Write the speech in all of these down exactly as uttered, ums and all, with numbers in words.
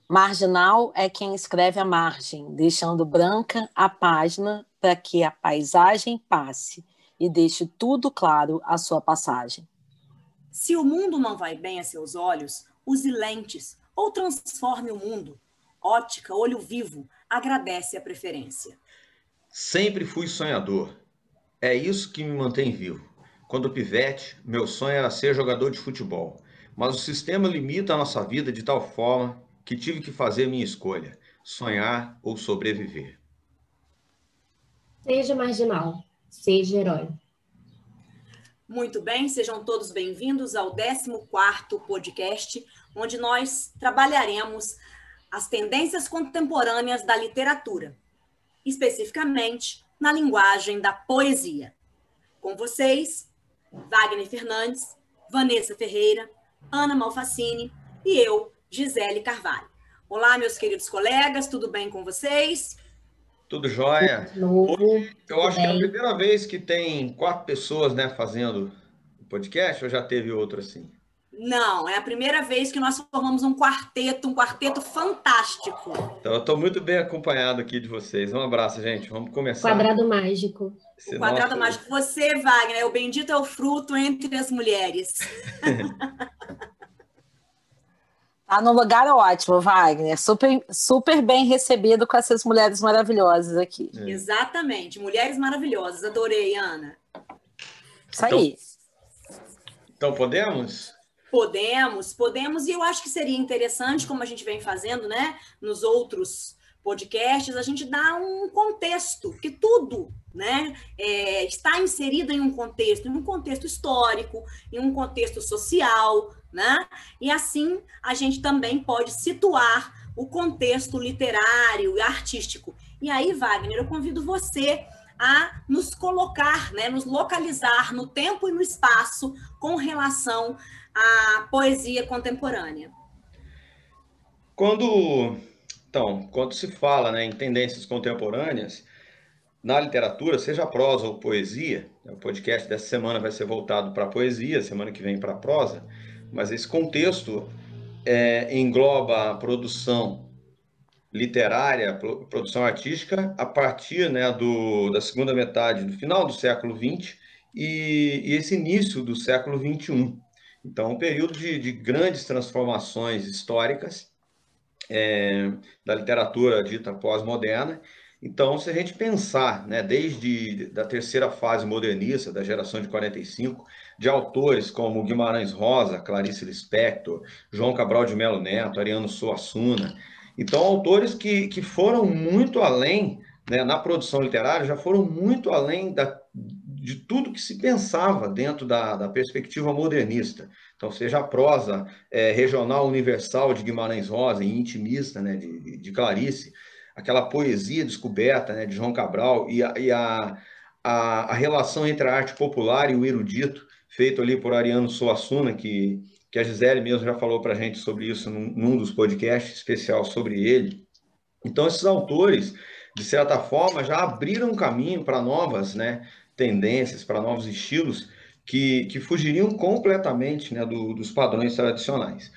Marginal é quem escreve à margem, deixando branca a página para que a paisagem passe e deixe tudo claro à sua passagem. Se o mundo não vai bem a seus olhos, use lentes ou transforme o mundo. Ótica, olho vivo, agradece a preferência. Sempre fui sonhador. É isso que me mantém vivo. Quando pivete, meu sonho era ser jogador de futebol. Mas o sistema limita a nossa vida de tal forma que tive que fazer minha escolha: sonhar ou sobreviver. Seja marginal, seja herói. Muito bem, sejam todos bem-vindos ao décimo quarto podcast, onde nós trabalharemos as tendências contemporâneas da literatura, especificamente na linguagem da poesia. Com vocês, Wagner Fernandes, Vanessa Ferreira, Ana Malfacini e eu, Gisele Carvalho. Olá, meus queridos colegas, tudo bem com vocês? Tudo jóia? Hoje, eu acho que é a primeira vez que tem quatro pessoas, né, fazendo o podcast, ou já teve outro assim? Não, é a primeira vez que nós formamos um quarteto, um quarteto fantástico. Então, eu estou muito bem acompanhado aqui de vocês. Um abraço, gente. Vamos começar. Quadrado mágico. Esse o quadrado nosso... mágico. Você, Wagner, é o bendito é o fruto entre as mulheres. Tá num lugar ótimo, Wagner. Super, super bem recebido com essas mulheres maravilhosas aqui. É. Exatamente. Mulheres maravilhosas. Adorei, Ana. Isso aí. Então, então podemos? Podemos, podemos, e eu acho que seria interessante, como a gente vem fazendo, né, nos outros podcasts, a gente dá um contexto, que tudo, né, é, está inserido em um contexto, em um contexto histórico, em um contexto social, né, e assim a gente também pode situar o contexto literário e artístico. E aí, Wagner, eu convido você a nos colocar, né, nos localizar no tempo e no espaço com relação à poesia contemporânea. Quando, então, quando se fala, né, em tendências contemporâneas, na literatura, seja prosa ou poesia, o podcast dessa semana vai ser voltado para a poesia, semana que vem para a prosa, mas esse contexto é, engloba a produção literária, produção artística, a partir, né, do, da segunda metade, do final do século vinte e, e esse início do século vinte e um. Então, um período de, de grandes transformações históricas é, da literatura dita pós-moderna. Então, se a gente pensar, né, desde da terceira fase modernista, da geração de quarenta e cinco, de autores como Guimarães Rosa, Clarice Lispector, João Cabral de Melo Neto, Ariano Suassuna. Então, autores que, que foram muito além, né, na produção literária, já foram muito além da, de tudo que se pensava dentro da, da perspectiva modernista. Então, seja a prosa é, regional universal de Guimarães Rosa e intimista, né, de, de Clarice, aquela poesia descoberta, né, de João Cabral e, a, e a, a, a relação entre a arte popular e o erudito, feito ali por Ariano Suassuna, que, que a Gisele mesmo já falou para a gente sobre isso num, num dos podcasts especial sobre ele. Então, esses autores, de certa forma, já abriram caminho para novas, né, tendências, para novos estilos que, que fugiriam completamente, né, do, dos padrões tradicionais.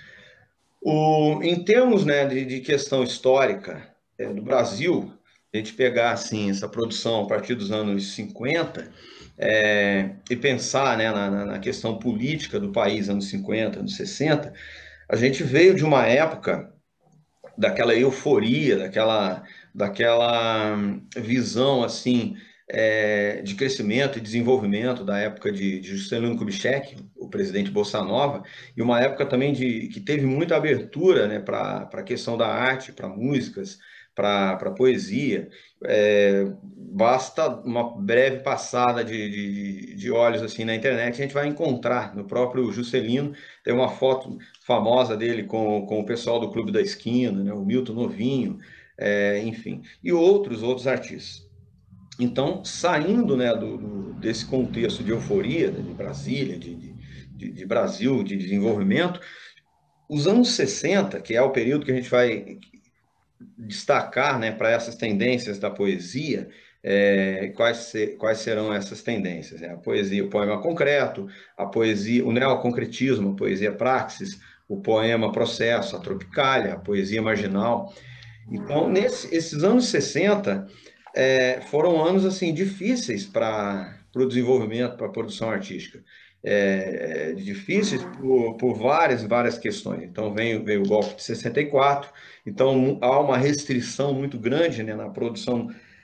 O, em termos, né, de, de questão histórica é, do Brasil, a gente pegar assim, essa produção a partir dos anos cinquenta é, e pensar, né, na, na questão política do país, anos cinquenta, anos sessenta, a gente veio de uma época daquela euforia, daquela, daquela visão assim, é, de crescimento e desenvolvimento da época de, de Juscelino Kubitschek, o presidente Bossa Nova, e uma época também de, que teve muita abertura, né, para a questão da arte, para músicas, para poesia. É, basta uma breve passada de, de, de olhos assim na internet, a gente vai encontrar no próprio Juscelino, tem uma foto famosa dele com, com o pessoal do Clube da Esquina, né, o Milton Novinho, é, enfim, e outros, outros artistas. Então, saindo, né, do, do, desse contexto de euforia, né, de Brasília, de, de, de Brasil, de desenvolvimento, os anos sessenta, que é o período que a gente vai destacar, né, para essas tendências da poesia, é, quais, ser, quais serão essas tendências? Né? A poesia, o poema concreto, a poesia, o neoconcretismo, a poesia praxis, o poema Processo, a Tropicália, a poesia marginal. Então, nesse, esses anos sessenta é, foram anos assim difíceis para o desenvolvimento, para a produção artística. É, difíceis por, por várias várias questões. Então, veio, veio o golpe de sessenta e quatro, então há uma restrição muito grande, né, na produção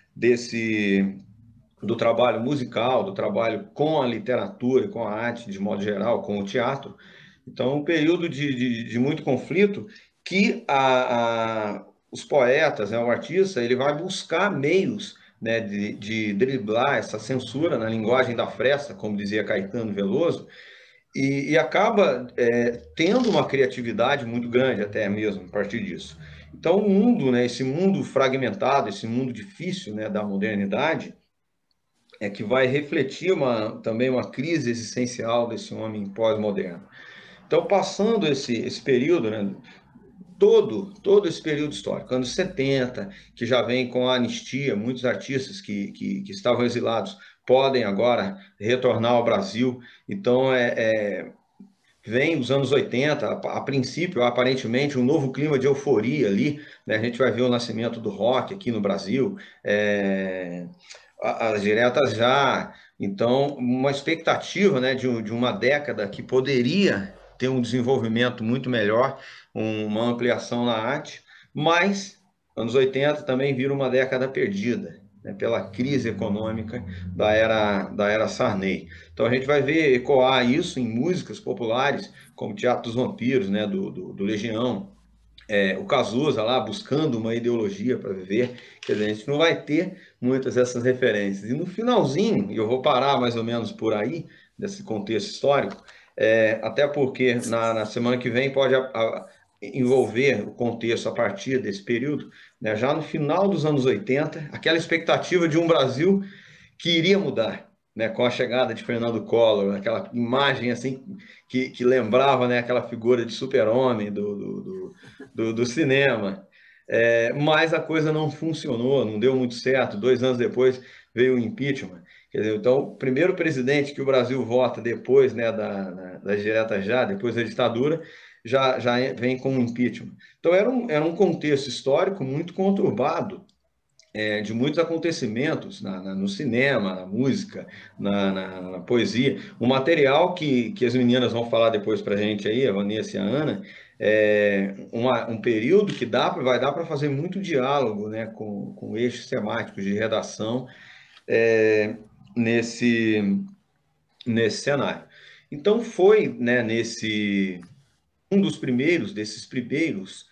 desse do trabalho musical, do trabalho com a literatura, com a arte de modo geral, com o teatro. Então, um período de, de, de muito conflito que a, a, os poetas, né, o artista, ele vai buscar meios, né, de, de driblar essa censura na linguagem da fresta, como dizia Caetano Veloso, e, e acaba é, tendo uma criatividade muito grande até mesmo a partir disso. Então, o mundo, né, esse mundo fragmentado, esse mundo difícil, né, da modernidade, é que vai refletir uma, também uma crise existencial desse homem pós-moderno. Então, passando esse, esse período, né, todo, todo esse período histórico, anos setenta, que já vem com a anistia, muitos artistas que, que, que estavam exilados podem agora retornar ao Brasil. Então, é, é, vem os anos oitenta, a, a princípio, aparentemente, um novo clima de euforia ali, né? A gente vai ver o nascimento do rock aqui no Brasil, é, as diretas já, então, uma expectativa, né, de, de uma década que poderia ter um desenvolvimento muito melhor, uma ampliação na arte, mas anos oitenta também vira uma década perdida, né, pela crise econômica da era, da era Sarney. Então a gente vai ver ecoar isso em músicas populares, como Teatro dos Vampiros, né, do, do, do Legião, é, o Cazuza lá buscando uma ideologia para viver. Quer dizer, a gente não vai ter muitas dessas referências. E no finalzinho, e eu vou parar mais ou menos por aí, desse contexto histórico, é, até porque na, na semana que vem pode a, a, envolver o contexto a partir desse período, né, já no final dos anos oitenta, aquela expectativa de um Brasil que iria mudar, né, com a chegada de Fernando Collor, aquela imagem assim que, que lembrava, né, aquela figura de super-homem do, do, do, do, do cinema. É, mas a coisa não funcionou, não deu muito certo. Dois anos depois veio o impeachment. Quer dizer, então, o primeiro presidente que o Brasil vota depois, né, da, da, da direta já, depois da ditadura, já, já vem com o impeachment. Então, era um, era um contexto histórico muito conturbado, é, de muitos acontecimentos na, na, no cinema, na música, na, na, na poesia. O material que, que as meninas vão falar depois para a gente aí, a Vanessa e a Ana, é uma, um período que dá, vai dar para fazer muito diálogo, né, com, com eixos temáticos de redação é, nesse, nesse cenário. Então foi, né, nesse um dos primeiros, desses primeiros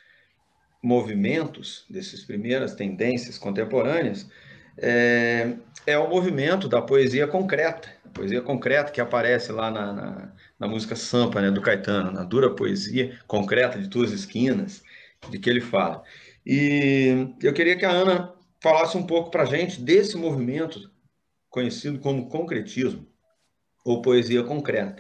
movimentos, dessas primeiras tendências contemporâneas, é, é o movimento da poesia concreta, a poesia concreta que aparece lá na, na, na música Sampa, né, do Caetano, na dura poesia concreta de tuas esquinas, de que ele fala. E eu queria que a Ana falasse um pouco para a gente desse movimento conhecido como concretismo, ou poesia concreta.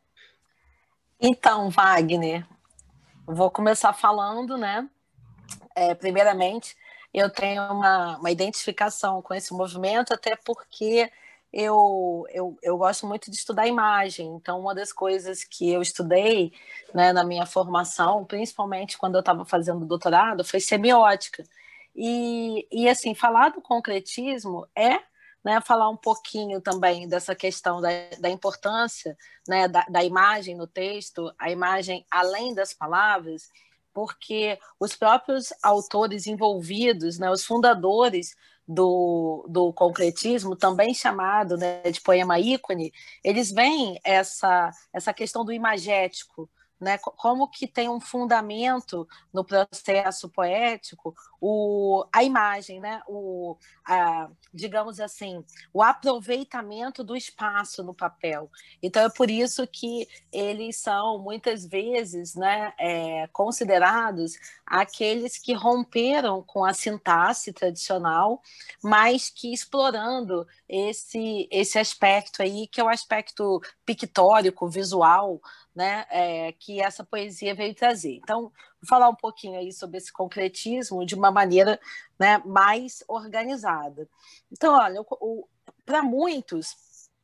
Então, Wagner, vou começar falando, né? É, primeiramente, eu tenho uma, uma identificação com esse movimento, até porque eu, eu, eu gosto muito de estudar imagem. Então, uma das coisas que eu estudei, né, na minha formação, principalmente quando eu estava fazendo doutorado, foi semiótica. E, e, assim, falar do concretismo é, né, falar um pouquinho também dessa questão da, da importância, né, da, da imagem no texto, a imagem além das palavras, porque os próprios autores envolvidos, né, os fundadores do, do concretismo, também chamado, né, de poema ícone, eles veem essa, essa questão do imagético, né, como que tem um fundamento no processo poético o, a imagem, né, o, a, digamos assim, o aproveitamento do espaço no papel. Então é por isso que eles são muitas vezes, né, é, considerados aqueles que romperam com a sintaxe tradicional, mas que explorando esse, esse aspecto aí, que é o aspecto pictórico, visual, né, é, que essa poesia veio trazer. Então, vou falar um pouquinho aí sobre esse concretismo de uma maneira, né, mais organizada. Então, olha, para muitos,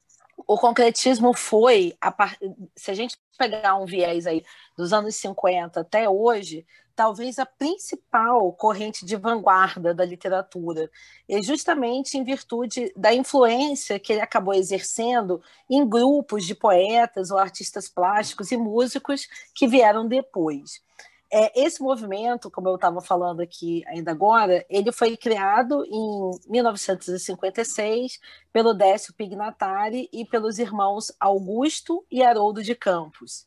o concretismo foi, a par... se a gente pegar um viés aí dos anos cinquenta até hoje, talvez a principal corrente de vanguarda da literatura, e justamente em virtude da influência que ele acabou exercendo em grupos de poetas ou artistas plásticos e músicos que vieram depois. É, esse movimento, como eu estava falando aqui ainda agora, ele foi criado em mil novecentos e cinquenta e seis pelo Décio Pignatari e pelos irmãos Augusto e Haroldo de Campos.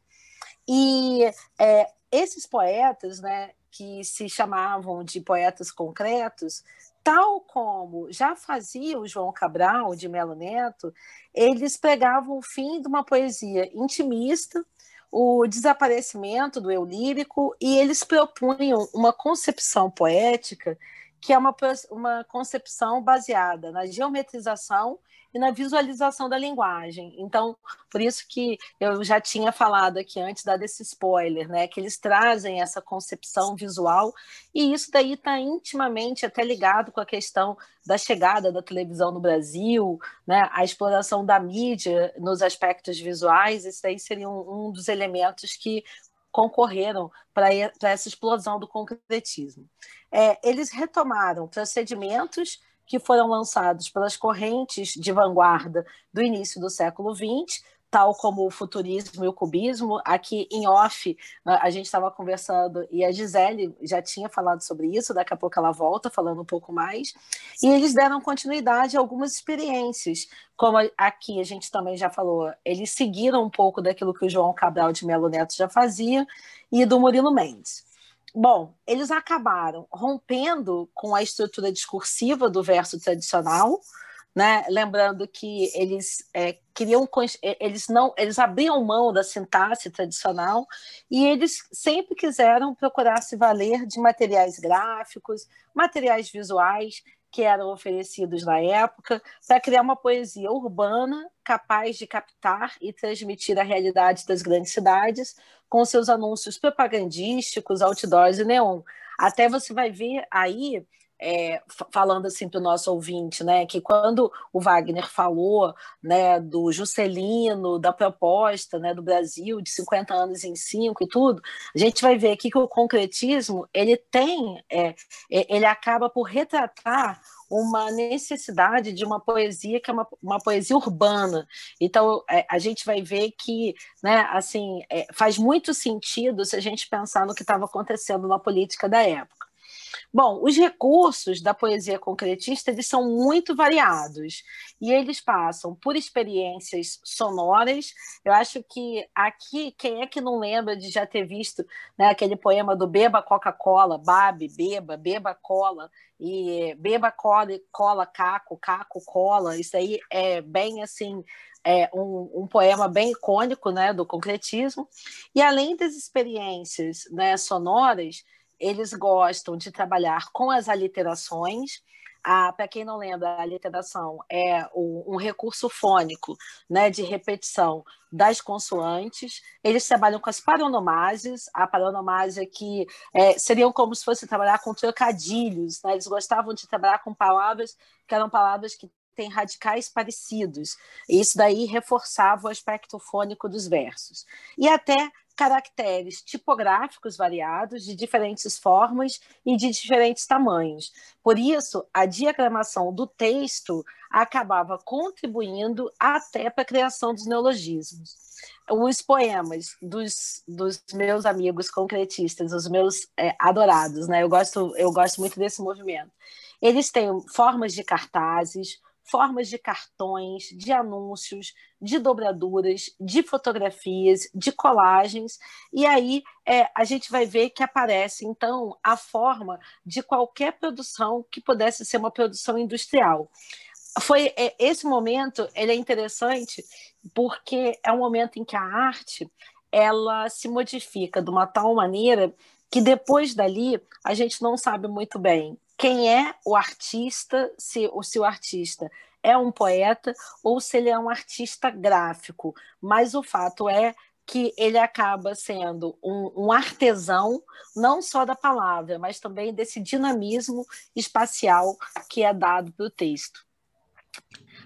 E é, esses poetas, né, que se chamavam de poetas concretos, tal como já fazia o João Cabral de Melo Neto, eles pregavam o fim de uma poesia intimista, o desaparecimento do eu lírico, e eles propunham uma concepção poética que é uma, uma concepção baseada na geometrização e na visualização da linguagem. Então, por isso que eu já tinha falado aqui antes, dado esse spoiler, né, que eles trazem essa concepção visual, e isso daí está intimamente até ligado com a questão da chegada da televisão no Brasil, né, a exploração da mídia nos aspectos visuais. Isso daí seria um, um dos elementos que concorreram para essa explosão do concretismo. É, eles retomaram procedimentos que foram lançados pelas correntes de vanguarda do início do século vinte, tal como o futurismo e o cubismo. Aqui em off, a gente estava conversando e a Gisele já tinha falado sobre isso, daqui a pouco ela volta falando um pouco mais, e eles deram continuidade a algumas experiências, como aqui a gente também já falou, eles seguiram um pouco daquilo que o João Cabral de Melo Neto já fazia e do Murilo Mendes. Bom, eles acabaram rompendo com a estrutura discursiva do verso tradicional, né? Lembrando que eles é, queriam, eles não, eles abriam mão da sintaxe tradicional e eles sempre quiseram procurar se valer de materiais gráficos, materiais visuais que eram oferecidos na época, para criar uma poesia urbana capaz de captar e transmitir a realidade das grandes cidades com seus anúncios propagandísticos, outdoors e neon. Até você vai ver aí, é, falando assim para o nosso ouvinte, né, que quando o Wagner falou, né, do Juscelino, da proposta, né, do Brasil de cinquenta anos em cinco e tudo, a gente vai ver aqui que o concretismo ele tem, é, ele acaba por retratar uma necessidade de uma poesia que é uma, uma poesia urbana. Então, é, a gente vai ver que, né, assim, é, faz muito sentido se a gente pensar no que estava acontecendo na política da época. Bom, os recursos da poesia concretista eles são muito variados e eles passam por experiências sonoras. Eu acho que aqui, quem é que não lembra de já ter visto, né, aquele poema do Beba Coca-Cola, Babe, beba, beba cola, e beba cola, cola, caco, caco, cola. Isso aí é bem assim... É um, um poema bem icônico, né, do concretismo. E além das experiências, né, sonoras, eles gostam de trabalhar com as aliterações. Ah, para quem não lembra, a aliteração é o, um recurso fônico, né, de repetição das consoantes. Eles trabalham com as paronomases, a paronomásia que é, seriam como se fosse trabalhar com trocadilhos, né? Eles gostavam de trabalhar com palavras que eram palavras que têm radicais parecidos. E isso daí reforçava o aspecto fônico dos versos. E até caracteres tipográficos variados, de diferentes formas e de diferentes tamanhos. Por isso, a diagramação do texto acabava contribuindo até para a criação dos neologismos. Os poemas dos, dos meus amigos concretistas, os meus é, adorados, né? Eu gosto, eu gosto muito desse movimento. Eles têm formas de cartazes, formas de cartões, de anúncios, de dobraduras, de fotografias, de colagens, e aí é, a gente vai ver que aparece, então, a forma de qualquer produção que pudesse ser uma produção industrial. Foi, é, esse momento ele é interessante porque é um momento em que a arte ela se modifica de uma tal maneira que depois dali a gente não sabe muito bem quem é o artista, se, se o artista é um poeta ou se ele é um artista gráfico. Mas o fato é que ele acaba sendo um, um artesão, não só da palavra, mas também desse dinamismo espacial que é dado para o texto.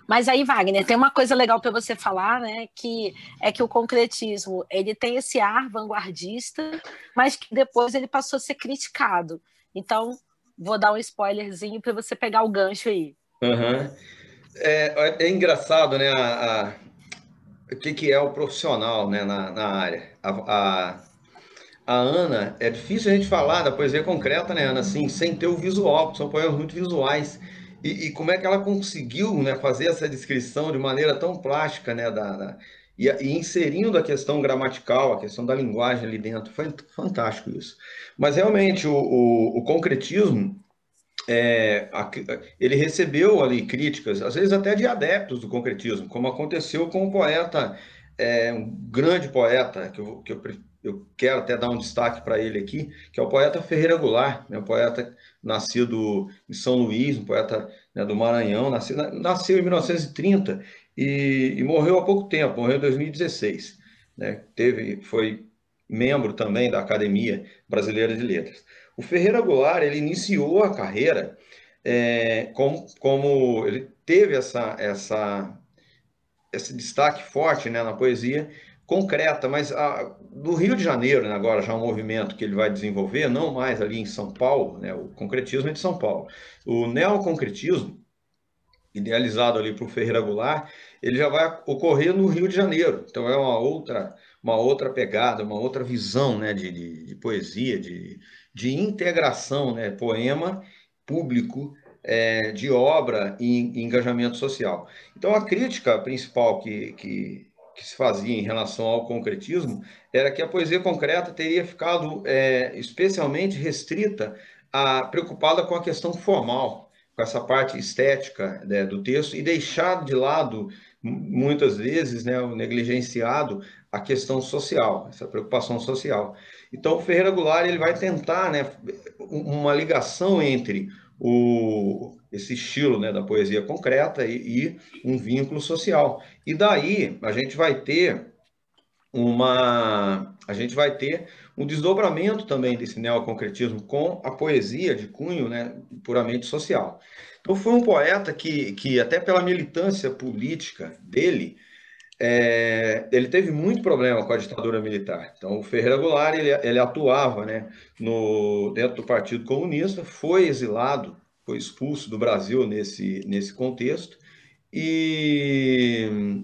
Mas aí, Wagner, tem uma coisa legal para você falar, né? Que é que o concretismo ele tem esse ar vanguardista, mas que depois ele passou a ser criticado. Então, vou dar um spoilerzinho para você pegar o gancho aí. Uhum. É, é engraçado, né? A, a, o que, que é o profissional, né, na, na área. A, a, a Ana, é difícil a gente falar da poesia concreta, né, Ana, assim, sem ter o visual, porque são poemas muito visuais. E, e como é que ela conseguiu, né, fazer essa descrição de maneira tão plástica, né, da, da e, e inserindo a questão gramatical, a questão da linguagem ali dentro. Foi fantástico isso. Mas realmente o, o, o concretismo, é, a, ele recebeu ali críticas, às vezes até de adeptos do concretismo, como aconteceu com um poeta, é, um grande poeta, que, eu, que eu, eu quero até dar um destaque para ele aqui, que é o poeta Ferreira Goulart, né, um poeta nascido em São Luís, um poeta, né, do Maranhão, nasceu, nasceu em mil novecentos e trinta e, e morreu há pouco tempo, morreu em dois mil e dezesseis. Né, teve, foi membro também da Academia Brasileira de Letras. O Ferreira Goulart, ele iniciou a carreira é, como, como ele teve essa, essa, esse destaque forte, né, na poesia concreta, mas a, do Rio de Janeiro, né, agora já é um movimento que ele vai desenvolver, não mais ali em São Paulo, né, o concretismo é de São Paulo. O neoconcretismo, idealizado ali por Ferreira Goulart, ele já vai ocorrer no Rio de Janeiro. Então é uma outra, uma outra pegada, uma outra visão, né, de, de, de poesia, de, de integração, né, poema, público, é, de obra e, e engajamento social. Então a crítica principal que, que, que se fazia em relação ao concretismo era que a poesia concreta teria ficado é, especialmente restrita, a, preocupada com a questão formal, com essa parte estética, né, do texto, e deixar de lado, muitas vezes, né, o negligenciado, a questão social, essa preocupação social. Então, o Ferreira Goulart, ele vai tentar, né, uma ligação entre o, esse estilo, né, da poesia concreta e, e um vínculo social. E daí a gente vai ter uma a gente vai ter um desdobramento também desse neoconcretismo com a poesia de cunho, né, puramente social. Então foi um poeta que, que até pela militância política dele, é, ele teve muito problema com a ditadura militar. Então o Ferreira Goulart, ele, ele atuava, né, no, dentro do Partido Comunista, foi exilado, foi expulso do Brasil nesse, nesse contexto, e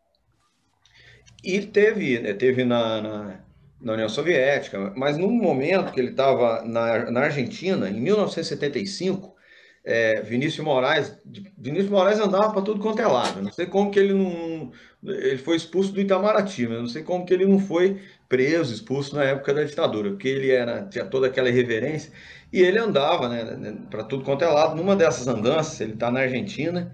E teve, né, teve na, na, na União Soviética, mas no momento que ele estava na, na Argentina, em mil novecentos e setenta e cinco, é, Vinícius Moraes, Vinícius Moraes andava para tudo quanto é lado. Não sei como que ele não, ele foi expulso do Itamaraty, mas não sei como que ele não foi preso, expulso na época da ditadura, porque ele era, tinha toda aquela irreverência e ele andava, né, para tudo quanto é lado. Numa dessas andanças, ele está na Argentina.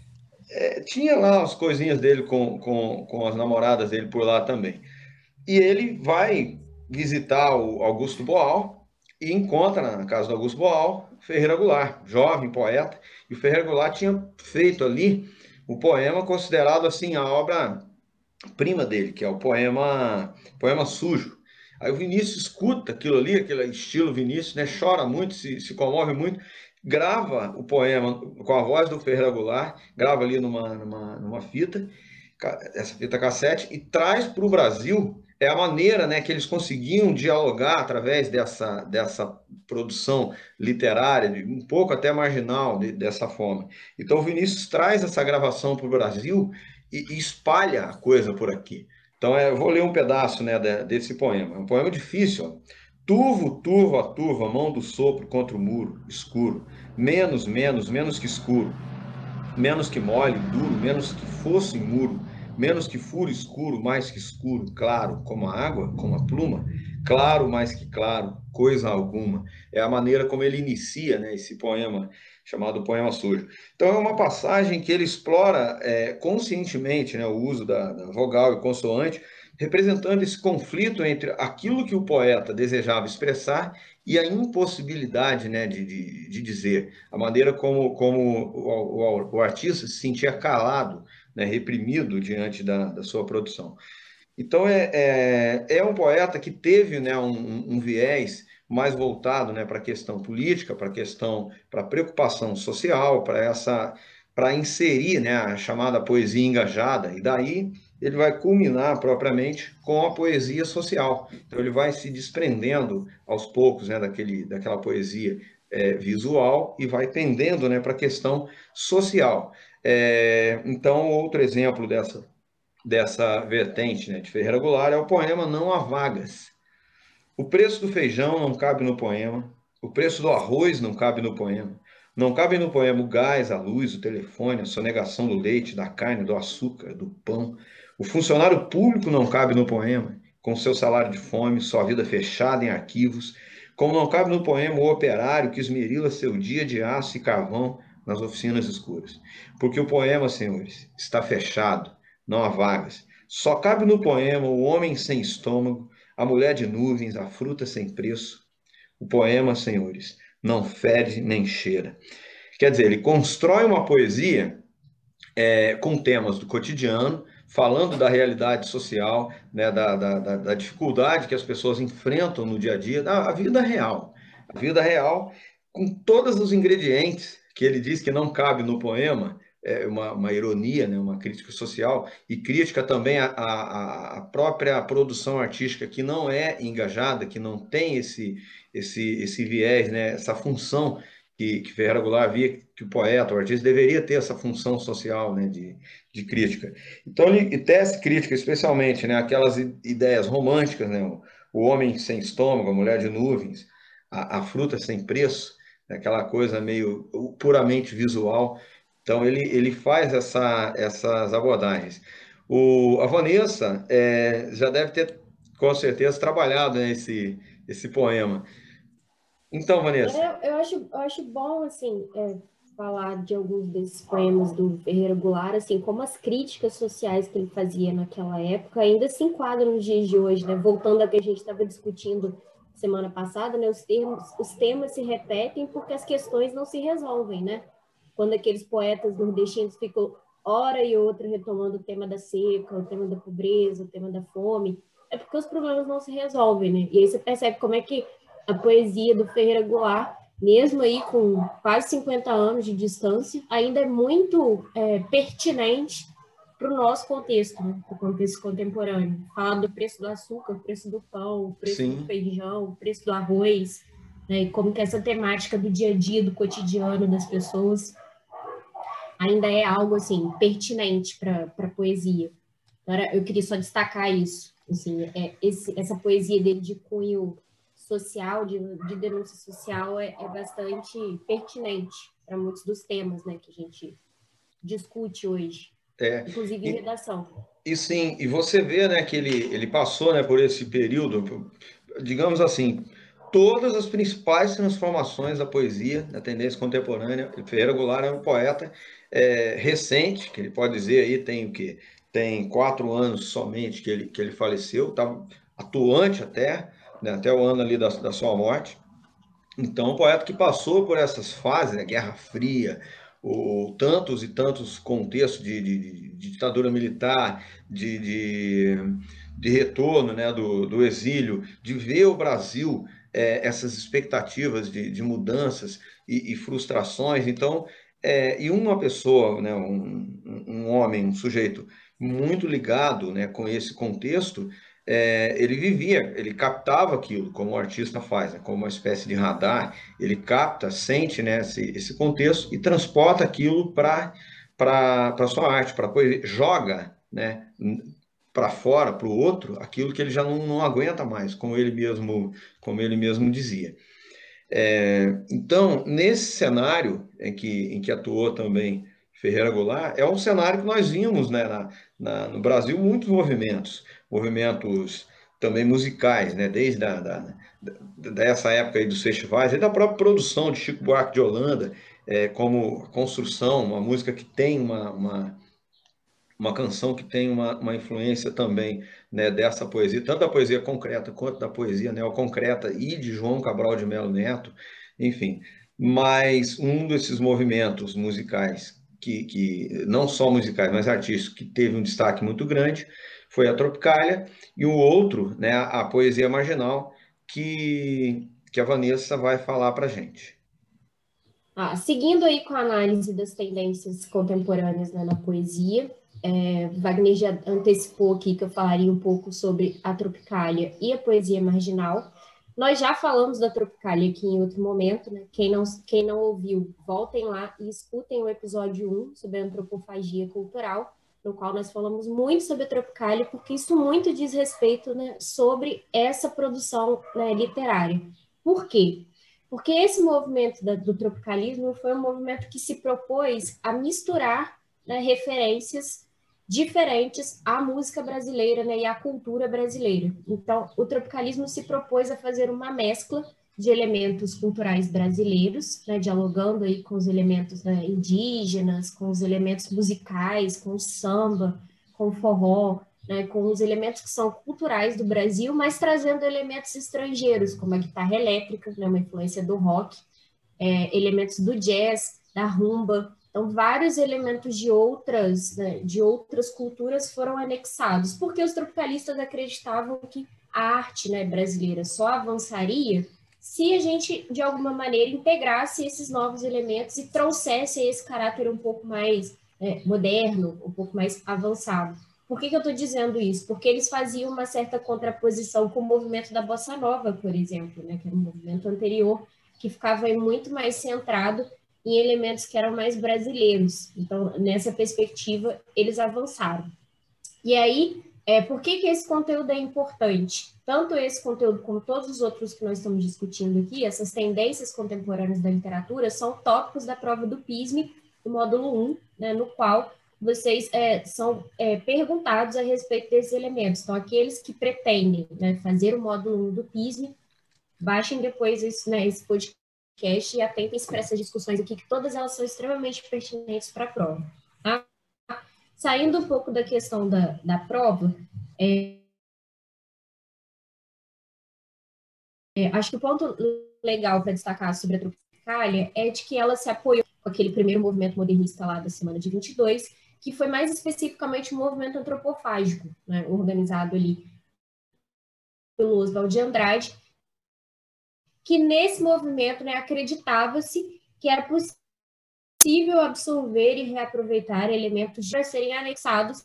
É, tinha lá as coisinhas dele com, com, com as namoradas dele por lá também. E ele vai visitar o Augusto Boal e encontra na casa do Augusto Boal Ferreira Goulart, jovem poeta. E o Ferreira Goulart tinha feito ali o poema considerado assim a obra-prima dele, que é o poema, poema Sujo. Aí o Vinícius escuta aquilo ali, aquele estilo Vinícius, né? Chora muito, se, se comove muito, grava o poema com a voz do Ferreira Goulart, grava ali numa, numa, numa fita, essa fita cassete, e traz para o Brasil. É a maneira, né, que eles conseguiam dialogar através dessa, dessa produção literária, um pouco até marginal, de, dessa forma. Então o Vinícius traz essa gravação para o Brasil e, e espalha a coisa por aqui. Então é, eu vou ler um pedaço, né, desse poema. É um poema difícil, ó. Turvo, turvo a turva, mão do sopro contra o muro, escuro. Menos, menos, menos que escuro. Menos que mole, duro, menos que fosse muro. Menos que furo escuro, mais que escuro. Claro, como a água, como a pluma. Claro, mais que claro, coisa alguma. É a maneira como ele inicia, né, esse poema, chamado Poema Sujo. Então é uma passagem que ele explora é, conscientemente, né, o uso da, da vogal e consoante, representando esse conflito entre aquilo que o poeta desejava expressar e a impossibilidade, né, de, de, de dizer, a maneira como, como o, o, o artista se sentia calado, né, reprimido diante da, da sua produção. Então é, é, é um poeta que teve, né, um, um viés mais voltado, né, para a questão política, para a questão, para a preocupação social, para essa para inserir, né, a chamada poesia engajada, e daí ele vai culminar propriamente com a poesia social. Então ele vai se desprendendo aos poucos, né, daquele, daquela poesia é, visual e vai tendendo, né, para a questão social. É, então, outro exemplo dessa, dessa vertente, né, de Ferreira Goulart é o poema Não Há Vagas. O preço do feijão não cabe no poema, o preço do arroz não cabe no poema. Não cabe no poema o gás, a luz, o telefone, a sonegação do leite, da carne, do açúcar, do pão. O funcionário público não cabe no poema, com seu salário de fome, sua vida fechada em arquivos. Como não cabe no poema o operário que esmerila seu dia de aço e carvão nas oficinas escuras. Porque o poema, senhores, está fechado, não há vagas. Só cabe no poema o homem sem estômago, a mulher de nuvens, a fruta sem preço. O poema, senhores, não fede nem cheira. Quer dizer, ele constrói uma poesia é, com temas do cotidiano, falando da realidade social, né, da, da, da, da dificuldade que as pessoas enfrentam no dia a dia, da a vida real. A vida real, com todos os ingredientes que ele diz que não cabe no poema, é uma, uma ironia, né, uma crítica social, e crítica também à, à, à própria produção artística que não é engajada, que não tem esse, esse, esse viés, né, essa função que, que Ferreira Goulart via que o poeta, o artista, deveria ter essa função social, né, de, de crítica. Então ele tece crítica, especialmente, né, aquelas ideias românticas, né, o, o homem sem estômago, a mulher de nuvens, a, a fruta sem preço, né, aquela coisa meio puramente visual. Então ele, ele faz essa, essas abordagens. O, a Vanessa é, já deve ter, com certeza, trabalhado, né, esse, esse poema. Então, Vanessa. Eu, eu, acho, eu acho bom, assim, é, falar de alguns desses poemas do Ferreira Goulart, assim, como as críticas sociais que ele fazia naquela época ainda se enquadram nos dias de hoje, né? Voltando ao que a gente estava discutindo semana passada, né? Os, termos, os temas se repetem porque as questões não se resolvem, né? Quando aqueles poetas nordestinos ficam hora e outra retomando o tema da seca, o tema da pobreza, o tema da fome, é porque os problemas não se resolvem, né? E aí você percebe como é que a poesia do Ferreira Goulart, mesmo aí com quase cinquenta anos de distância, ainda é muito é, pertinente para o nosso contexto, né? Para o contexto contemporâneo. Falar do preço do açúcar, o preço do pão, o preço Sim. do feijão, o preço do arroz, né? E como que essa temática do dia a dia, do cotidiano das pessoas, ainda é algo assim pertinente para a poesia. Agora, eu queria só destacar isso, assim, é, esse, essa poesia dele de cunho social, de, de denúncia social, é, é bastante pertinente para muitos dos temas, né, que a gente discute hoje, é, inclusive em e, redação. E sim, e você vê, né, que ele, ele passou, né, por esse período, digamos assim, todas as principais transformações da poesia, da tendência contemporânea. Ferreira Goulart é um poeta é, recente, que ele pode dizer aí, tem o quê? Tem quatro anos somente que ele, que ele faleceu, estava atuante até, né, até o ano ali da, da sua morte. Então, um poeta que passou por essas fases, né, Guerra Fria, o, tantos e tantos contextos de, de, de ditadura militar, de, de, de retorno, né, do, do exílio, de ver o Brasil, é, essas expectativas de, de mudanças e, e frustrações. Então, é, e uma pessoa, né, um, um homem, um sujeito muito ligado, né, com esse contexto, É, ele vivia, ele captava aquilo, como o artista faz, né, como uma espécie de radar, ele capta, sente, né, esse, esse contexto e transporta aquilo para a sua arte, para a poesia, joga, né, para fora, para o outro, aquilo que ele já não, não aguenta mais, como ele mesmo, como ele mesmo dizia. É, então, nesse cenário em que, em que atuou também Ferreira Goulart, é um cenário que nós vimos, né, na, na, no Brasil, muitos movimentos, movimentos também musicais, né, desde a, da, dessa época aí dos festivais, e da própria produção de Chico Buarque de Holanda, é, como construção, uma música que tem uma, uma, uma canção que tem uma, uma influência também, né, dessa poesia, tanto da poesia concreta quanto da poesia neoconcreta e de João Cabral de Melo Neto, enfim. Mas um desses movimentos musicais, que, que não só musicais, mas artísticos, que teve um destaque muito grande, foi a Tropicália, e o outro, né, a poesia marginal, que, que a Vanessa vai falar para a gente. Ah, seguindo aí com a análise das tendências contemporâneas, né, na poesia, é, Wagner já antecipou aqui que eu falaria um pouco sobre a Tropicália e a poesia marginal. Nós já falamos da Tropicália aqui em outro momento, né? Quem não, quem não ouviu, voltem lá e escutem o episódio um sobre a antropofagia cultural, no qual nós falamos muito sobre a Tropicália, porque isso muito diz respeito, né, sobre essa produção, né, literária. Por quê? Porque esse movimento da, do tropicalismo foi um movimento que se propôs a misturar, né, referências diferentes à música brasileira, né, e à cultura brasileira. Então, o tropicalismo se propôs a fazer uma mescla de elementos culturais brasileiros, né, dialogando aí com os elementos, né, indígenas, com os elementos musicais, com o samba, com o forró, né, com os elementos que são culturais do Brasil, mas trazendo elementos estrangeiros, como a guitarra elétrica, né, uma influência do rock, é, elementos do jazz, da rumba. Então, vários elementos de outras, né, de outras culturas foram anexados, porque os tropicalistas acreditavam que a arte, né, brasileira só avançaria se a gente, de alguma maneira, integrasse esses novos elementos e trouxesse esse caráter um pouco mais, né, moderno, um pouco mais avançado. Por que que eu estou dizendo isso? Porque eles faziam uma certa contraposição com o movimento da Bossa Nova, por exemplo, né, que era um movimento anterior, que ficava muito mais centrado em elementos que eram mais brasileiros. Então, nessa perspectiva, eles avançaram. E aí, é, por que que esse conteúdo é importante? Tanto esse conteúdo como todos os outros que nós estamos discutindo aqui, essas tendências contemporâneas da literatura, são tópicos da prova do P I S M, do módulo um, né, no qual vocês é, são é, perguntados a respeito desses elementos. Então, aqueles que pretendem, né, fazer o módulo um do P I S M, baixem depois esse, né, esse podcast e atentem-se para essas discussões aqui, que todas elas são extremamente pertinentes para a prova. Tá? Saindo um pouco da questão da, da prova, é, é, acho que o ponto legal para destacar sobre a Tropicália é de que ela se apoiou com aquele primeiro movimento modernista lá da semana de vinte e dois, que foi mais especificamente um movimento antropofágico, né, organizado ali pelo Oswald de Andrade, que nesse movimento, né, acreditava-se que era possível absorver e reaproveitar elementos para serem anexados,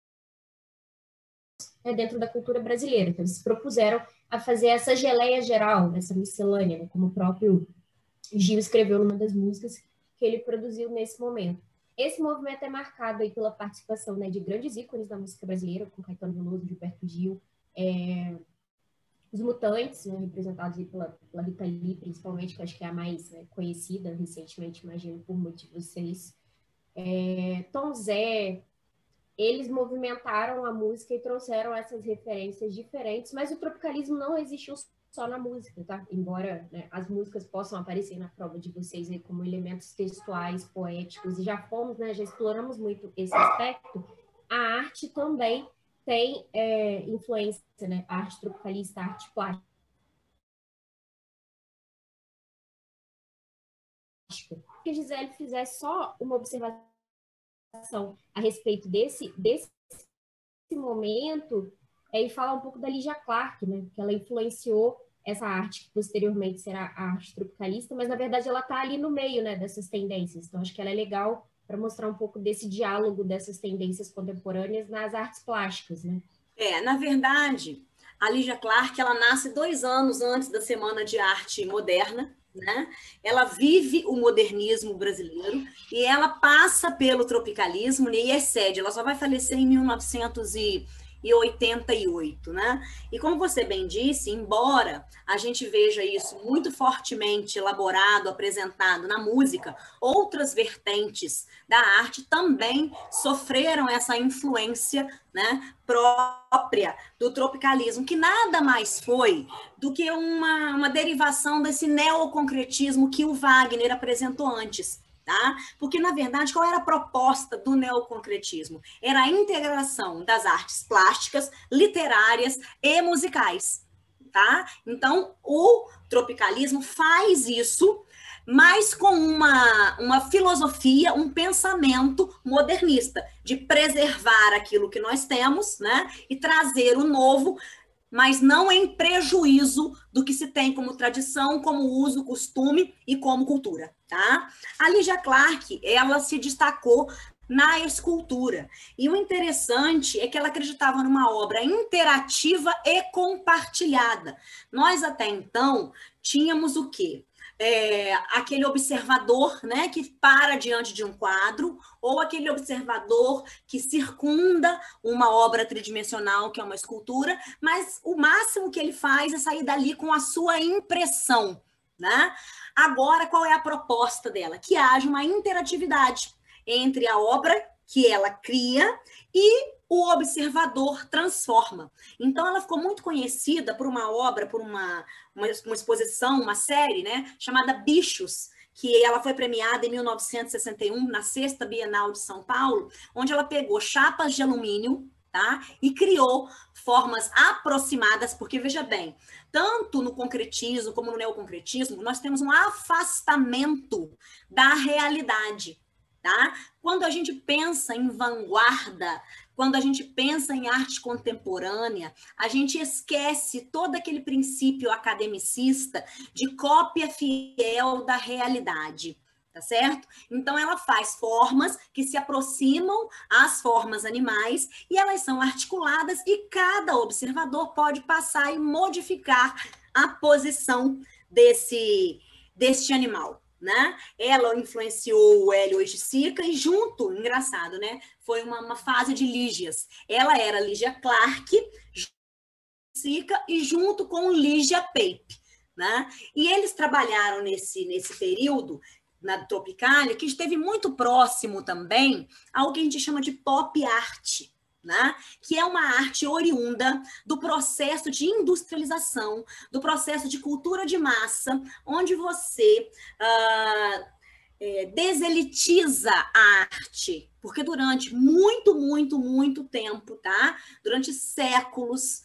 né, dentro da cultura brasileira. Então, eles se propuseram a fazer essa geleia geral, essa miscelânea, né, como o próprio Gil escreveu numa das músicas que ele produziu nesse momento. Esse movimento é marcado aí pela participação, né, de grandes ícones da música brasileira, como Caetano Veloso, Gilberto Gil, é, os Mutantes, né, representados aí pela, pela Rita Lee, principalmente, que eu acho que é a mais, né, conhecida recentemente, imagino, por muitos de vocês. É, Tom Zé, eles movimentaram a música e trouxeram essas referências diferentes, mas o tropicalismo não existiu só na música, tá? Embora, né, as músicas possam aparecer na prova de vocês aí como elementos textuais, poéticos, e já fomos, né, já exploramos muito esse aspecto, a arte também tem é, influência, né? A arte tropicalista, a arte plástica. Se a Gisele fizesse só uma observação a respeito desse, desse momento, é, e falar um pouco da Lygia Clark, né? Que ela influenciou essa arte que posteriormente será a arte tropicalista, mas na verdade ela está ali no meio, né, dessas tendências. Então acho que ela é legal para mostrar um pouco desse diálogo dessas tendências contemporâneas nas artes plásticas, né? É, na verdade, a Lygia Clark, ela nasce dois anos antes da Semana de Arte Moderna, né? Ela vive o modernismo brasileiro e ela passa pelo tropicalismo e excede. Ela só vai falecer em mil novecentos e oitenta e oito, né? E como você bem disse, embora a gente veja isso muito fortemente elaborado, apresentado na música, outras vertentes da arte também sofreram essa influência, né, própria do tropicalismo, que nada mais foi do que uma, uma derivação desse neoconcretismo que o Wagner apresentou antes. Tá? Porque, na verdade, qual era a proposta do neoconcretismo? Era a integração das artes plásticas, literárias e musicais. Tá? Então, o tropicalismo faz isso, mas com uma, uma filosofia, um pensamento modernista, de preservar aquilo que nós temos, né? E trazer o novo, mas não em prejuízo do que se tem como tradição, como uso, costume e como cultura, tá? A Lígia Clark, ela se destacou na escultura. E o interessante é que ela acreditava numa obra interativa e compartilhada. Nós, até então, tínhamos o quê? É, aquele observador, né, que para diante de um quadro, ou aquele observador que circunda uma obra tridimensional, que é uma escultura, mas o máximo que ele faz é sair dali com a sua impressão, né? Agora, qual é a proposta dela? Que haja uma interatividade entre a obra que ela cria e o observador transforma. Então, ela ficou muito conhecida por uma obra, por uma, uma, uma exposição, uma série, né, chamada Bichos, que ela foi premiada em mil novecentos e sessenta e um, na sexta Bienal de São Paulo, onde ela pegou chapas de alumínio, tá, e criou formas aproximadas, porque, veja bem, tanto no concretismo como no neoconcretismo, nós temos um afastamento da realidade. Tá? Quando a gente pensa em vanguarda, quando a gente pensa em arte contemporânea, a gente esquece todo aquele princípio academicista de cópia fiel da realidade, tá certo? Então, ela faz formas que se aproximam às formas animais e elas são articuladas e cada observador pode passar e modificar a posição desse, deste animal. Né? Ela influenciou o Hélio Oiticica e junto, engraçado, né? Foi uma, uma fase de Lígias. Ela era Lígia Clark, Oiticica e junto com Lígia Pape, né? E eles trabalharam nesse, nesse período na Tropicália, que esteve muito próximo também ao que a gente chama de pop art, né? Que é uma arte oriunda do processo de industrialização, do processo de cultura de massa, onde você uh, é, deselitiza a arte, porque durante muito, muito, muito tempo, tá? Durante séculos,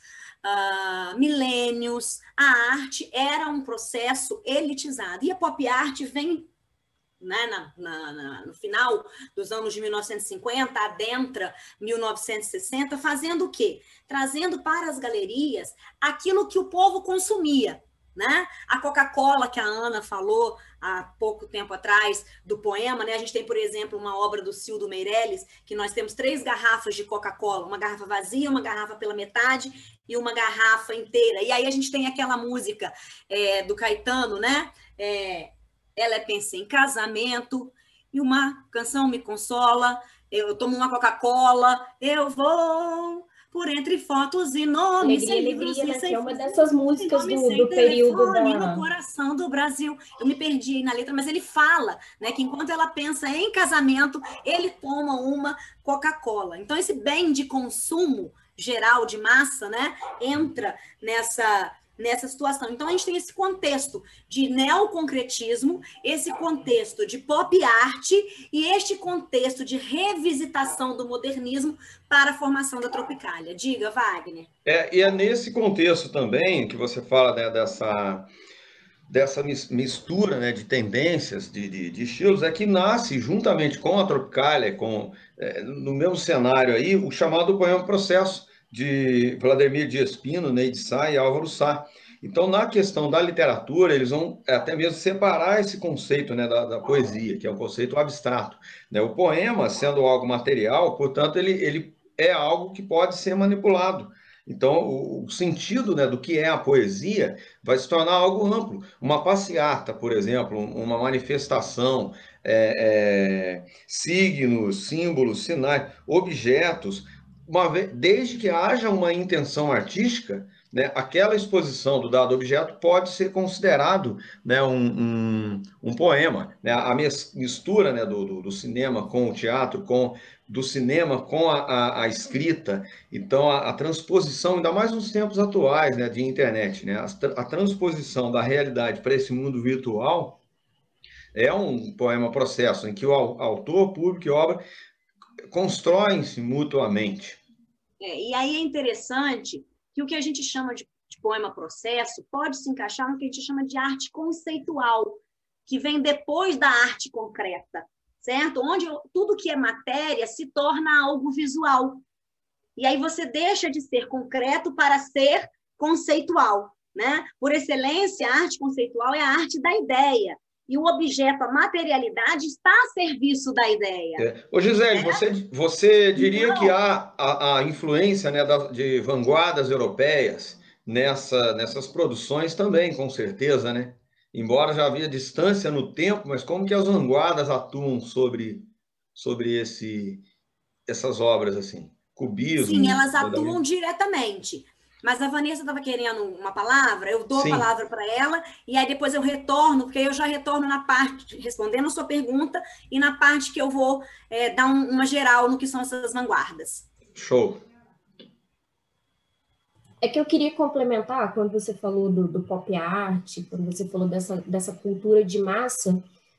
uh, milênios, a arte era um processo elitizado. E a pop art vem Né, na, na, na, no final dos anos de mil novecentos e cinquenta, adentra mil novecentos e sessenta, fazendo o quê? Trazendo para as galerias aquilo que o povo consumia, né? A Coca-Cola, que a Ana falou há pouco tempo atrás, do poema, né? A gente tem, por exemplo, uma obra do Cildo Meirelles, que nós temos três garrafas de Coca-Cola, uma garrafa vazia, uma garrafa pela metade e uma garrafa inteira. E aí a gente tem aquela música é, do Caetano, né? É, Ela é pensa em casamento, e uma canção me consola, eu tomo uma Coca-Cola, eu vou por entre fotos e nomes. Alegria, alegria, né? Que é uma dessas músicas do, do período da... no coração do Brasil. Eu me perdi na letra, mas ele fala, né, que enquanto ela pensa em casamento, ele toma uma Coca-Cola. Então, esse bem de consumo geral, de massa, né, entra nessa... nessa situação. Então, a gente tem esse contexto de neoconcretismo, esse contexto de pop art e este contexto de revisitação do modernismo para a formação da Tropicália. Diga, Wagner. É, e é nesse contexto também que você fala, né, dessa, dessa mistura, né, de tendências, de, de, de estilos, é que nasce, juntamente com a Tropicália, com, é, no mesmo cenário aí, o chamado poema Processo, de Vladimir Dias Pino, Neide Sá e Álvaro Sá. Então, na questão da literatura, eles vão até mesmo separar esse conceito, né, da, da poesia, que é um conceito abstrato, né? O poema, sendo algo material, portanto, ele, ele é algo que pode ser manipulado. Então, o, o sentido, né, do que é a poesia vai se tornar algo amplo. Uma passeata, por exemplo, uma manifestação, é, é, signos, símbolos, sinais, objetos, uma vez, desde que haja uma intenção artística, né, aquela exposição do dado objeto pode ser considerado, né, um, um, um poema. Né? A mistura, né, do, do, do cinema com o teatro, com, do cinema com a, a, a escrita, então a, a transposição, ainda mais nos tempos atuais, né, de internet, né, a, a transposição da realidade para esse mundo virtual é um poema processo em que o autor, público e obra constroem-se mutuamente. É, e aí é interessante que o que a gente chama de, de poema-processo pode se encaixar no que a gente chama de arte conceitual, que vem depois da arte concreta, certo? Onde tudo que é matéria se torna algo visual. E aí você deixa de ser concreto para ser conceitual, né? Por excelência, a arte conceitual é a arte da ideia. E o objeto, a materialidade, está a serviço da ideia. É. Ô, Gisele, é? você, você diria Então, que há a, a influência, né, da, de vanguardas europeias nessa, nessas produções também, com certeza, né? Embora já havia distância no tempo, mas como que as vanguardas atuam sobre, sobre esse, essas obras, assim? sim, Cubismo, elas atuam verdadeiro? diretamente. Mas a Vanessa estava querendo uma palavra, eu dou a Sim, palavra para ela, e aí depois eu retorno, porque eu já retorno na parte, respondendo a sua pergunta, e na parte que eu vou é, dar um, uma geral no que são essas vanguardas. show. É que eu queria complementar, quando você falou do, do pop art, quando você falou dessa, dessa cultura de massa,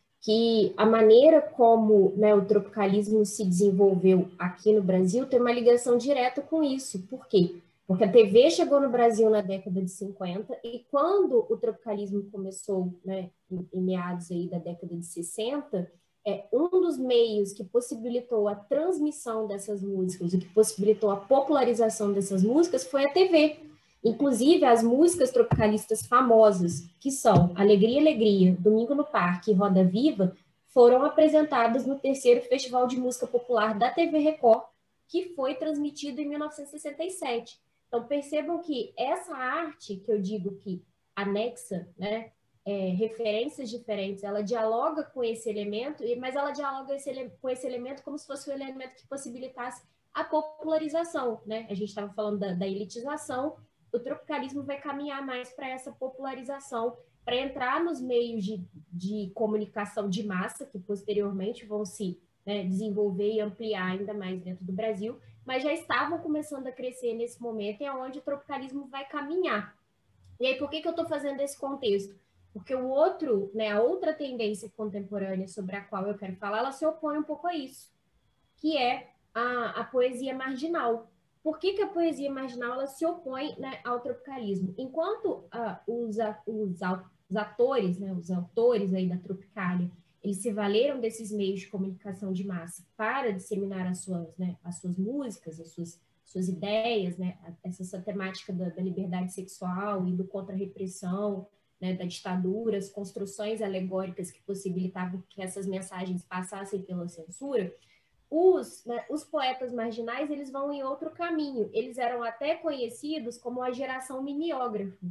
que a maneira como, né, o tropicalismo se desenvolveu aqui no Brasil tem uma ligação direta com isso. Por quê? Porque a T V chegou no Brasil na década de cinquenta e quando o tropicalismo começou, né, em, em meados aí da década de sessenta, é, um dos meios que possibilitou a transmissão dessas músicas, o que possibilitou a popularização dessas músicas foi a T V. Inclusive, as músicas tropicalistas famosas, que são Alegria, Alegria, Domingo no Parque e Roda Viva, foram apresentadas no terceiro Festival de Música Popular da T V Record, que foi transmitido em mil novecentos e sessenta e sete. Então, percebam que essa arte, que eu digo que anexa, né, é, referências diferentes, ela dialoga com esse elemento, mas ela dialoga esse, com esse elemento como se fosse um elemento que possibilitasse a popularização, né? A gente estava falando da, da elitização, o tropicalismo vai caminhar mais para essa popularização, para entrar nos meios de, de comunicação de massa, que posteriormente vão se, né, desenvolver e ampliar ainda mais dentro do Brasil, mas já estavam começando a crescer nesse momento, e é onde o tropicalismo vai caminhar. E aí, por que, que eu estou fazendo esse contexto? Porque o outro, né, a outra tendência contemporânea sobre a qual eu quero falar, ela se opõe um pouco a isso, que é a, a poesia marginal. Por que, que a poesia marginal ela se opõe, né, ao tropicalismo? Enquanto uh, os, os, os atores, né, os autores aí da Tropicália, eles se valeram desses meios de comunicação de massa para disseminar as suas, né, as suas músicas, as suas, suas ideias, né, essa, essa temática da, da liberdade sexual e do contra-repressão, né, da ditadura, as construções alegóricas que possibilitavam que essas mensagens passassem pela censura. Os, né, os poetas marginais, eles vão em outro caminho. Eles eram até conhecidos como a geração mimeógrafo.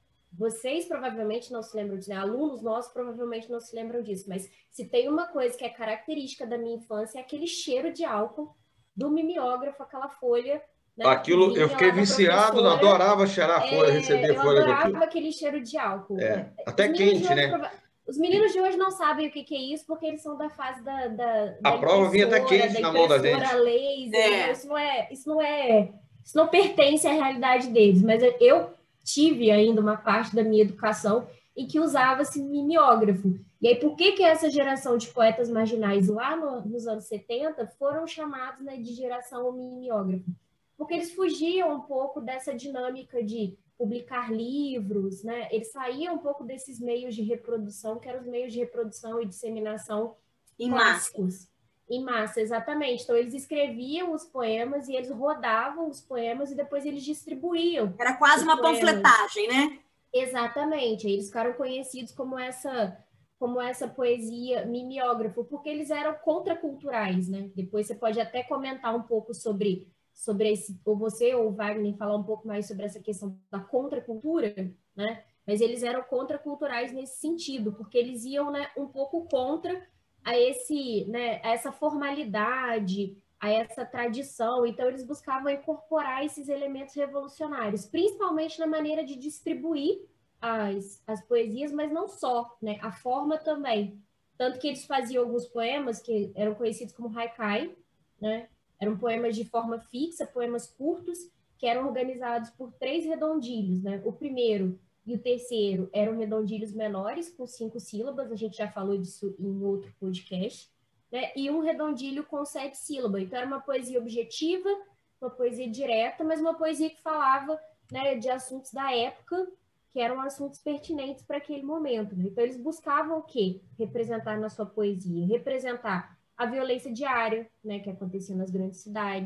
Vocês provavelmente não se lembram disso, né? Alunos nossos provavelmente não se lembram disso, mas se tem uma coisa que é característica da minha infância, é aquele cheiro de álcool do mimeógrafo, aquela folha, né, Aquilo, eu fiquei viciado, adorava cheirar a folha, é, receber eu folha com adorava aquilo. aquele cheiro de álcool. É, Os até meninos quente, de hoje, né? Os meninos de hoje não sabem o que, que é isso, porque eles são da fase da, da, da A prova vinha até quente da na mão da impressora gente. laser. É. Não, isso não é, isso não é, isso não pertence à realidade deles. Mas eu tive ainda uma parte da minha educação em que usava-se mimeógrafo. E aí, por que que essa geração de poetas marginais lá no, nos anos setenta foram chamados, né, de geração mimeógrafo? Porque eles fugiam um pouco dessa dinâmica de publicar livros, né? Eles saíam um pouco desses meios de reprodução, que eram os meios de reprodução e disseminação em clássicos. massa. Em massa, exatamente. Então, eles escreviam os poemas e eles rodavam os poemas e depois eles distribuíam. Era quase uma poemas. panfletagem, né? Exatamente. Eles ficaram conhecidos como essa, como essa poesia mimeógrafo, porque eles eram contraculturais, né? Depois você pode até comentar um pouco sobre sobre esse, ou você ou o Wagner falar um pouco mais sobre essa questão da contracultura, né? Mas eles eram contraculturais nesse sentido, porque eles iam, né, um pouco contra a esse, né, a essa formalidade, a essa tradição. Então eles buscavam incorporar esses elementos revolucionários, principalmente na maneira de distribuir as, as poesias, mas não só, né? A forma também. Tanto que eles faziam alguns poemas que eram conhecidos como haikai, né? Eram poemas de forma fixa, poemas curtos, que eram organizados por três redondilhos, né? O primeiro e o terceiro eram redondilhos menores, com cinco sílabas, a gente já falou disso em outro podcast, né? E um redondilho com sete sílabas. Então, era uma poesia objetiva, uma poesia direta, mas uma poesia que falava, né, de assuntos da época, que eram assuntos pertinentes para aquele momento. Né? Então, eles buscavam o quê? Representar na sua poesia? Representar a violência diária, né, que acontecia nas grandes cidades,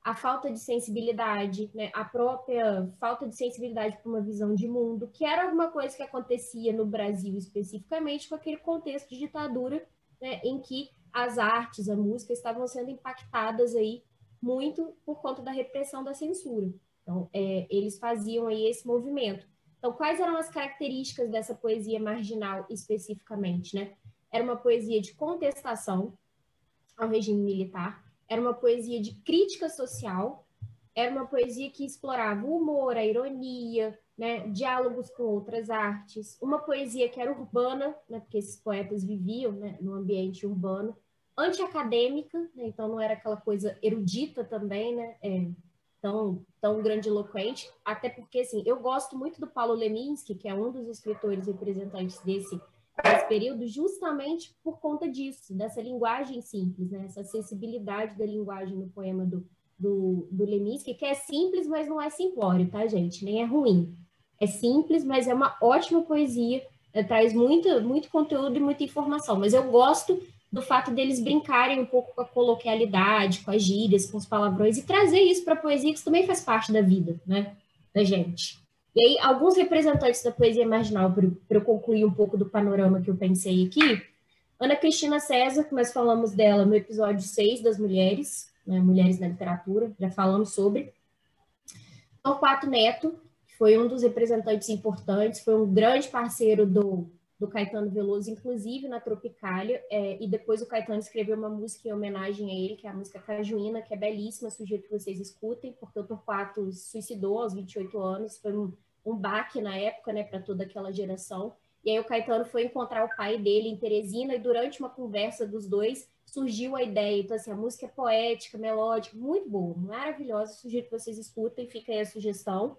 a falta de sensibilidade, né, a própria falta de sensibilidade para uma visão de mundo, que era alguma coisa que acontecia no Brasil especificamente com aquele contexto de ditadura, né, em que as artes, a música estavam sendo impactadas aí muito por conta da repressão da censura. Então, é, eles faziam aí esse movimento. Então, quais eram as características dessa poesia marginal especificamente, né? Era uma poesia de contestação ao regime militar, era uma poesia de crítica social, era uma poesia que explorava o humor, a ironia, né, diálogos com outras artes, uma poesia que era urbana, né, porque esses poetas viviam, né, no ambiente urbano, anti-acadêmica, né, então não era aquela coisa erudita também, né, é, tão, tão grandiloquente, até porque, assim, eu gosto muito do Paulo Leminski, que é um dos escritores representantes desse nesse período, justamente por conta disso, dessa linguagem simples, né? Essa acessibilidade da linguagem no poema do, do, do Leminski, que é simples, mas não é simplório, tá, gente? Nem é ruim. É simples, mas é uma ótima poesia, né? Traz muito, muito conteúdo e muita informação, mas eu gosto do fato deles brincarem um pouco com a coloquialidade, com as gírias, com os palavrões, e trazer isso para a poesia, que isso também faz parte da vida, né? Da gente. E aí, alguns representantes da poesia marginal, para eu concluir um pouco do panorama que eu pensei aqui, Ana Cristina César, que nós falamos dela no episódio seis das mulheres, né, Mulheres na Literatura, já falamos sobre. Torquato Neto, que foi um dos representantes importantes, foi um grande parceiro do, do Caetano Veloso, inclusive na Tropicália, é, e depois o Caetano escreveu uma música em homenagem a ele, que é a música Cajuína, que é belíssima, sugiro que vocês escutem, porque o Torquato se suicidou aos vinte e oito anos, foi um, um baque na época, né, para toda aquela geração, e aí o Caetano foi encontrar o pai dele em Teresina, e durante uma conversa dos dois, surgiu a ideia, então assim, a música é poética, melódica, muito boa, maravilhosa, sugiro que vocês escutem, fica aí a sugestão.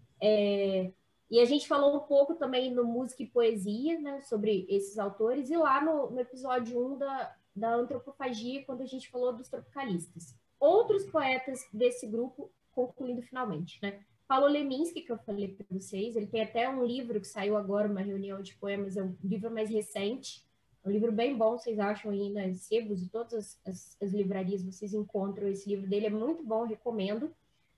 É... E a gente falou um pouco também no Música e Poesia, né, sobre esses autores, e lá no, no episódio um da, da Antropofagia, quando a gente falou dos tropicalistas. Outros poetas desse grupo, concluindo finalmente, né? Paulo Leminski, que eu falei para vocês, ele tem até um livro que saiu agora, uma reunião de poemas, é um livro mais recente, um livro bem bom, vocês acham aí nas sebos e todas as, as, as livrarias vocês encontram esse livro dele, é muito bom, recomendo.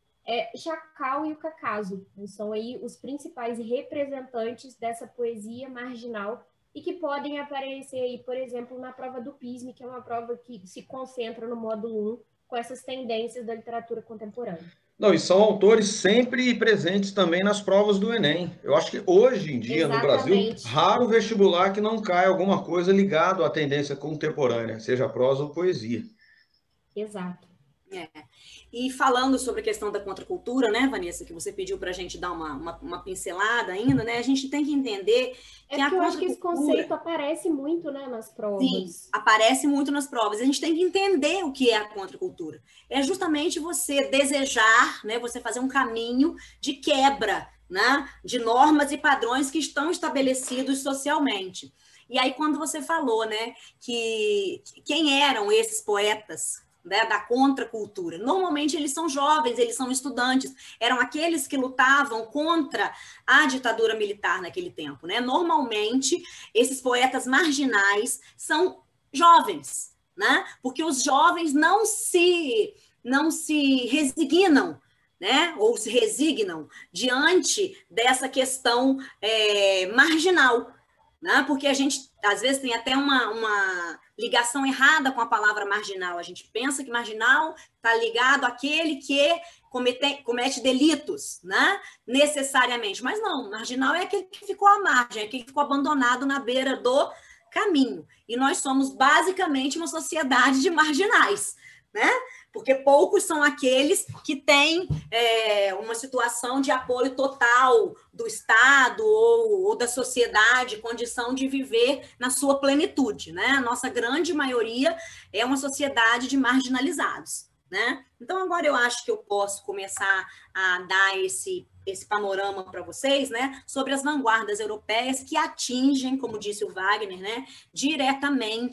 É, Chacal e o Cacaso, são aí os principais representantes dessa poesia marginal e que podem aparecer aí, por exemplo, na prova do P I S M, que é uma prova que se concentra no módulo um com essas tendências da literatura contemporânea. Não, e são autores sempre presentes também nas provas do Enem. Eu acho que hoje em dia, Exatamente. No Brasil, raro vestibular que não cai alguma coisa ligado à tendência contemporânea, seja prosa ou poesia. Exato. É. E falando sobre a questão da contracultura, né, Vanessa, que você pediu para a gente dar uma, uma, uma pincelada ainda, né, a gente tem que entender que é a eu acho que esse conceito aparece muito, né, nas provas. Sim, aparece muito nas provas. A gente tem que entender o que é a contracultura. É justamente você desejar, né, você fazer um caminho de quebra, né, de normas e padrões que estão estabelecidos socialmente. E aí, quando você falou, né, que quem eram esses poetas, né, da contracultura. Normalmente eles são jovens, eles são estudantes, eram aqueles que lutavam contra a ditadura militar naquele tempo, né? Normalmente esses poetas marginais são jovens, né? Porque os jovens não se não se resignam, né? Ou se resignam diante dessa questão é, marginal, né? Porque a gente às vezes tem até uma, uma ligação errada com a palavra marginal. A gente pensa que marginal está ligado àquele que comete, comete delitos, né? Necessariamente. Mas não, marginal é aquele que ficou à margem, é aquele que ficou abandonado na beira do caminho. E nós somos basicamente uma sociedade de marginais, né? Porque poucos são aqueles que têm é, uma situação de apoio total do Estado ou, ou da sociedade, condição de viver na sua plenitude, né? A nossa grande maioria é uma sociedade de marginalizados, né? Então, agora eu acho que eu posso começar a dar esse, esse panorama para vocês, né? Sobre as vanguardas europeias que atingem, como disse o Wagner, né? Diretamente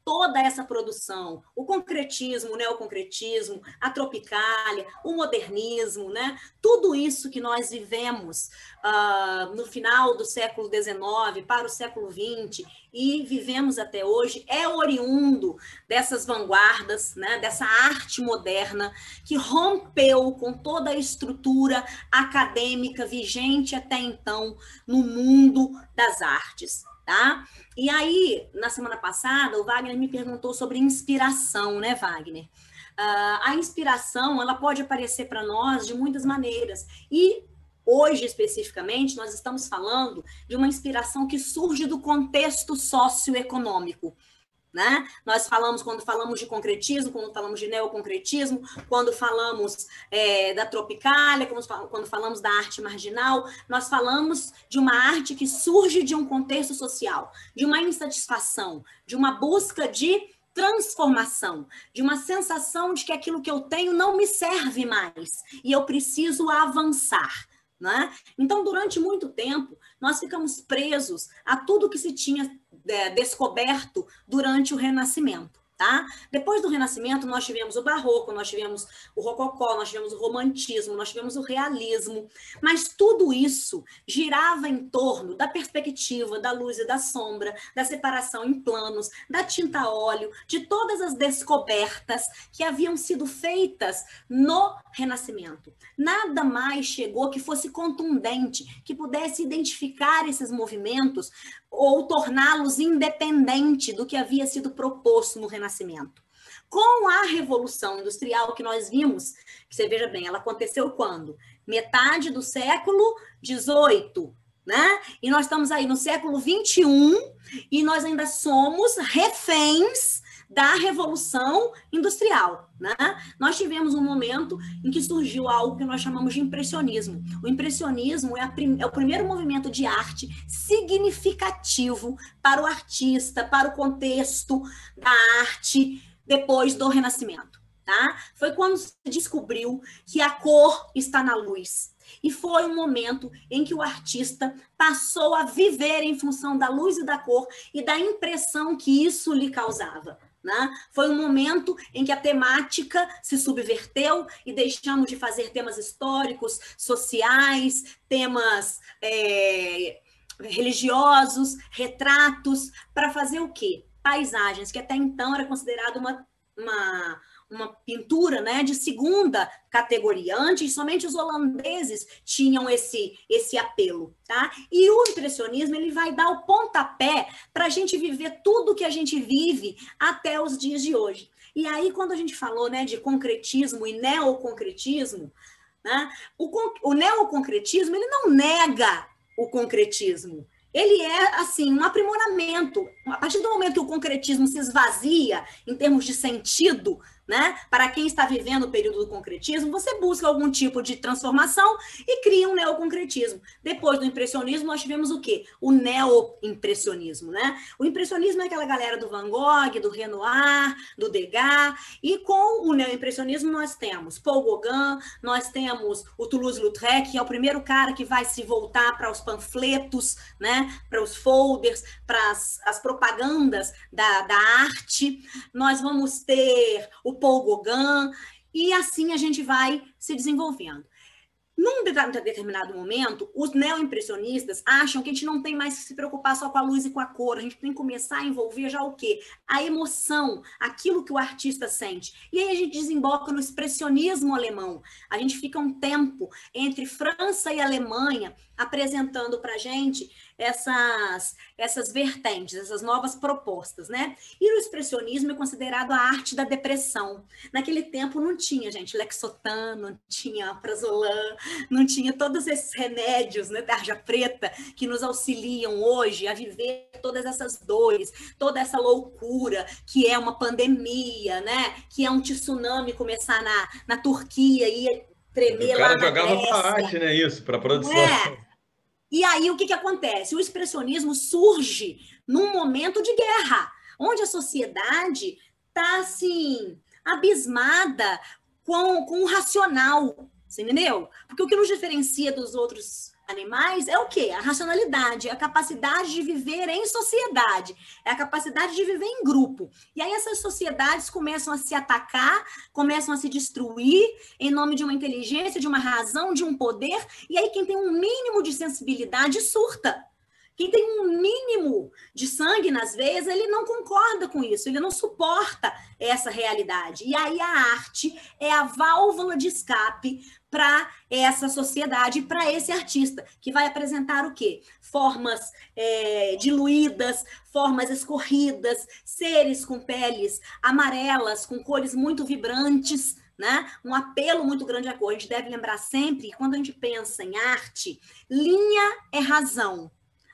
toda essa produção, o concretismo, o neoconcretismo, a tropicália, o modernismo, né? Tudo isso que nós vivemos uh, no final do século dezenove para o século vinte e vivemos até hoje é oriundo dessas vanguardas, né? Dessa arte moderna que rompeu com toda a estrutura acadêmica vigente até então no mundo das artes. Tá? E aí, na semana passada, o Wagner me perguntou sobre inspiração, né, Wagner? Uh, a inspiração, ela pode aparecer para nós de muitas maneiras. E hoje, especificamente, nós estamos falando de uma inspiração que surge do contexto socioeconômico. Né? Nós falamos, quando falamos de concretismo, quando falamos de neoconcretismo, quando falamos é, da tropicália, quando falamos da arte marginal, nós falamos de uma arte que surge de um contexto social, de uma insatisfação, de uma busca de transformação, de uma sensação de que aquilo que eu tenho não me serve mais e eu preciso avançar. Né? Então, durante muito tempo, nós ficamos presos a tudo que se tinha é, descoberto durante o Renascimento. Tá? Depois do Renascimento, nós tivemos o Barroco, nós tivemos o Rococó, nós tivemos o Romantismo, nós tivemos o Realismo, mas tudo isso girava em torno da perspectiva, da luz e da sombra, da separação em planos, da tinta a óleo, de todas as descobertas que haviam sido feitas no Renascimento. Nada mais chegou que fosse contundente, que pudesse identificar esses movimentos ou torná-los independente do que havia sido proposto no Renascimento. Com a Revolução Industrial que nós vimos, que você veja bem, ela aconteceu quando? Metade do século dezoito, né? E nós estamos aí no século vinte e um e nós ainda somos reféns da Revolução Industrial, né? Nós tivemos um momento em que surgiu algo que nós chamamos de impressionismo. O impressionismo é, a prim- é o primeiro movimento de arte significativo para o artista, para o contexto da arte depois do Renascimento, tá? Foi quando se descobriu que a cor está na luz. E foi um momento em que o artista passou a viver em função da luz e da cor e da impressão que isso lhe causava. Né? Foi um momento em que a temática se subverteu e deixamos de fazer temas históricos, sociais, temas é, religiosos, retratos, para fazer o quê? Paisagens, que até então era considerado uma, uma, uma pintura, né, de segunda categoria. Antes, somente os holandeses tinham esse, esse apelo. Tá? E o impressionismo ele vai dar o pontapé para a gente viver tudo que a gente vive até os dias de hoje. E aí, quando a gente falou, né, de concretismo e neoconcretismo, né, o, o neoconcretismo ele não nega o concretismo. Ele é, assim, um aprimoramento. A partir do momento que o concretismo se esvazia em termos de sentido, né? Para quem está vivendo o período do concretismo, você busca algum tipo de transformação e cria um neoconcretismo. Depois do impressionismo, nós tivemos o quê? O neoimpressionismo, né? O impressionismo é aquela galera do Van Gogh, do Renoir, do Degas, e com o neoimpressionismo nós temos Paul Gauguin, nós temos o Toulouse-Lautrec, que é o primeiro cara que vai se voltar para os panfletos, né? Para os folders, para as, as propagandas da, da arte. Nós vamos ter o Paul Gauguin, e assim a gente vai se desenvolvendo. Num determinado momento, os neoimpressionistas acham que a gente não tem mais que se preocupar só com a luz e com a cor, a gente tem que começar a envolver já o quê? A emoção, aquilo que o artista sente. E aí a gente desemboca no expressionismo alemão. A gente fica um tempo entre França e Alemanha apresentando para a gente essas, essas vertentes, essas novas propostas, né? E o expressionismo é considerado a arte da depressão. Naquele tempo não tinha, gente, Lexotan, não tinha Prazolam, não tinha todos esses remédios, né, tarja preta, que nos auxiliam hoje a viver todas essas dores, toda essa loucura que é uma pandemia, né? Que é um tsunami começar na, na Turquia e tremer lá na Grécia. O cara jogava para arte, né? Isso, para produção. É. E aí, o que, que acontece? O expressionismo surge num momento de guerra, onde a sociedade está, assim, abismada com, com o racional, você entendeu? Porque o que nos diferencia dos outros animais é o quê? A racionalidade, a capacidade de viver em sociedade, é a capacidade de viver em grupo. E aí essas sociedades começam a se atacar, começam a se destruir em nome de uma inteligência, de uma razão, de um poder, e aí quem tem um mínimo de sensibilidade surta. Quem tem um mínimo de sangue nas veias, ele não concorda com isso, ele não suporta essa realidade. E aí a arte é a válvula de escape para essa sociedade, para esse artista, que vai apresentar o quê? Formas é, diluídas, formas escorridas, seres com peles amarelas, com cores muito vibrantes, né? Um apelo muito grande à cor. A gente deve lembrar sempre que quando a gente pensa em arte, linha é razão,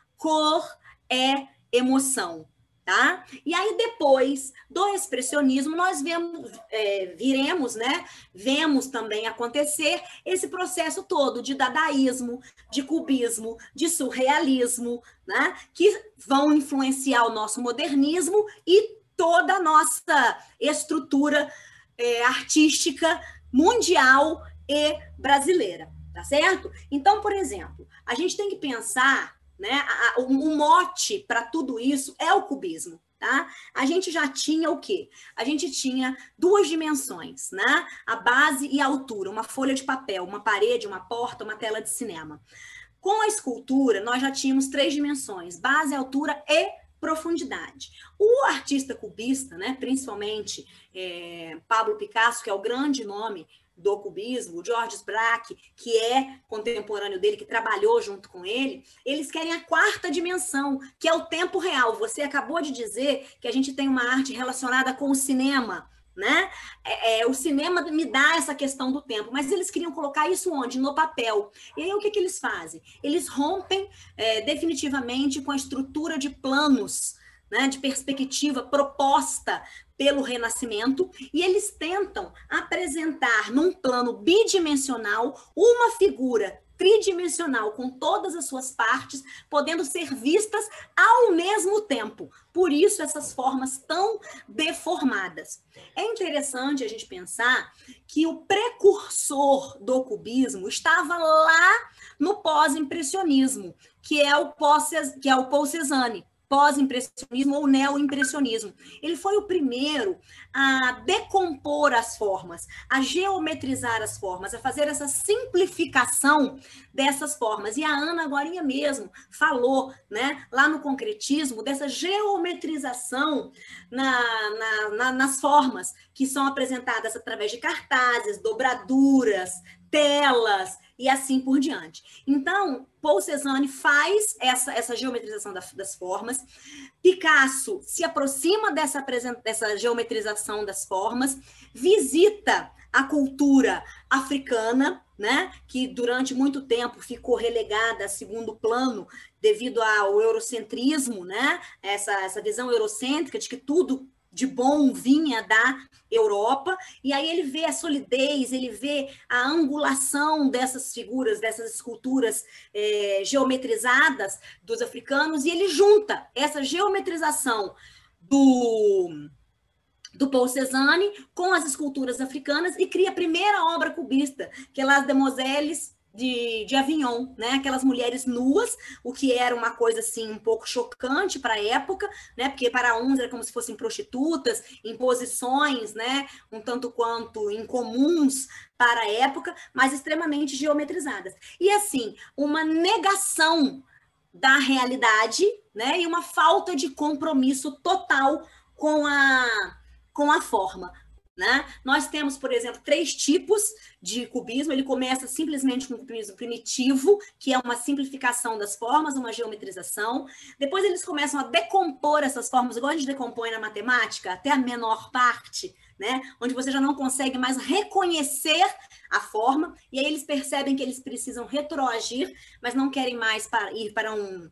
cor é emoção, tá? E aí, depois do expressionismo, nós vemos, é, viremos, né? Vemos também acontecer esse processo todo de dadaísmo, de cubismo, de surrealismo, né? Que vão influenciar o nosso modernismo e toda a nossa estrutura é, artística mundial e brasileira, tá certo? Então, por exemplo, a gente tem que pensar, né? O, o mote para tudo isso é o cubismo, tá? A gente já tinha o quê? A gente tinha duas dimensões, né? A base e a altura, uma folha de papel, uma parede, uma porta, uma tela de cinema. Com a escultura, nós já tínhamos três dimensões: base, altura e profundidade. O artista cubista, né? Principalmente é, Pablo Picasso, que é o grande nome do cubismo, o Georges Braque, que é contemporâneo dele, que trabalhou junto com ele, eles querem a quarta dimensão, que é o tempo real. Você acabou de dizer que a gente tem uma arte relacionada com o cinema, né? É, é, o cinema me dá essa questão do tempo, mas eles queriam colocar isso onde? No papel. E aí o que, que eles fazem? Eles rompem é, definitivamente com a estrutura de planos, né, de perspectiva proposta pelo Renascimento, e eles tentam apresentar num plano bidimensional uma figura tridimensional com todas as suas partes, podendo ser vistas ao mesmo tempo. Por isso essas formas tão deformadas. É interessante a gente pensar que o precursor do cubismo estava lá no pós-impressionismo, que é o pós, que é o Paul Cézanne. Pós-impressionismo ou neo-impressionismo. Ele foi o primeiro a decompor as formas, a geometrizar as formas, a fazer essa simplificação dessas formas. E a Ana agorinha mesmo falou, né, lá no concretismo, dessa geometrização na, na, na, nas formas que são apresentadas através de cartazes, dobraduras, telas e assim por diante. Então, Paul Cézanne faz essa, essa geometrização das, das formas, Picasso se aproxima dessa, dessa geometrização das formas, visita a cultura africana, né, que durante muito tempo ficou relegada a segundo plano devido ao eurocentrismo, né, essa, essa visão eurocêntrica de que tudo de bom vinha da Europa, e aí ele vê a solidez, ele vê a angulação dessas figuras, dessas esculturas é, geometrizadas dos africanos, e ele junta essa geometrização do, do Paul Cézanne com as esculturas africanas e cria a primeira obra cubista, que é Las Demoiselles De, de Avignon, né? Aquelas mulheres nuas, o que era uma coisa assim um pouco chocante para a época, né? Porque para uns era como se fossem prostitutas, em posições, né? Um tanto quanto incomuns para a época, mas extremamente geometrizadas. E assim, uma negação da realidade, né? E uma falta de compromisso total com a, com a forma. Né? Nós temos, por exemplo, três tipos de cubismo. Ele começa simplesmente com o cubismo primitivo, que é uma simplificação das formas, uma geometrização. Depois eles começam a decompor essas formas, igual a gente decompõe na matemática, até a menor parte, né? Onde você já não consegue mais reconhecer a forma, e aí eles percebem que eles precisam retroagir, mas não querem mais para ir para um,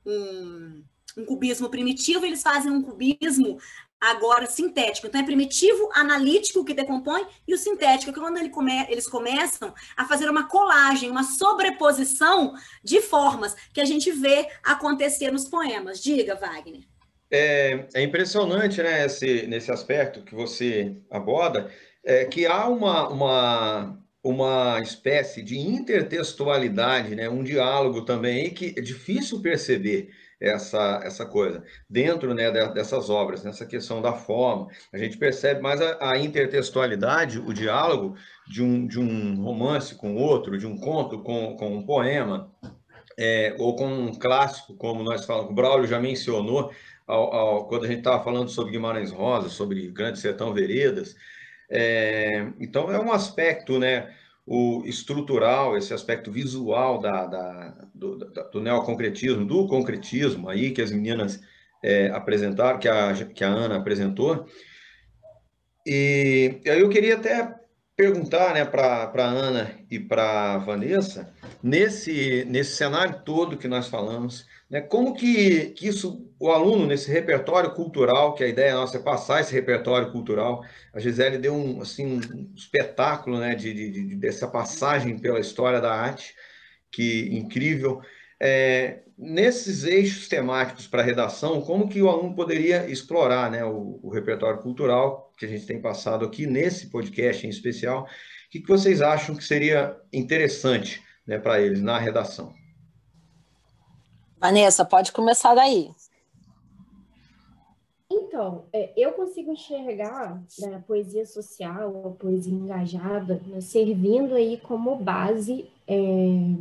um, um cubismo primitivo, eles fazem um cubismo agora sintético. Então, é primitivo, analítico, que decompõe, e o sintético, que é quando ele come, eles começam a fazer uma colagem, uma sobreposição de formas que a gente vê acontecer nos poemas. Diga, Wagner. É, é impressionante, né, esse, nesse aspecto que você aborda, é, que há uma, uma, uma espécie de intertextualidade, né? Um diálogo também aí que é difícil perceber essa, essa coisa dentro, né, dessas obras, nessa questão da forma. A gente percebe mais a, a intertextualidade, o diálogo de um, de um romance com outro, de um conto com, com um poema, é, ou com um clássico, como nós falamos, o Braulio já mencionou, ao, ao, quando a gente estava falando sobre Guimarães Rosa, sobre Grande Sertão Veredas. É, então, é um aspecto, né, o estrutural, esse aspecto visual da, da, do, da, do neoconcretismo, do concretismo, aí que as meninas é, apresentaram, que a, que a Ana apresentou. E aí eu queria até perguntar, né, para a Ana e para a Vanessa, nesse, nesse cenário todo que nós falamos, né, como que, que isso, o aluno, nesse repertório cultural, que a ideia nossa é passar esse repertório cultural, a Gisele deu um, assim, um espetáculo, né, de, de, de, dessa passagem pela história da arte, que incrível. É, nesses eixos temáticos para a redação, como que o aluno poderia explorar, né, o, o repertório cultural que a gente tem passado aqui nesse podcast em especial? O que, que vocês acham que seria interessante, né, para eles na redação? Vanessa, pode começar daí. Então, é, eu consigo enxergar, né, a poesia social, a poesia engajada, né, servindo aí como base é,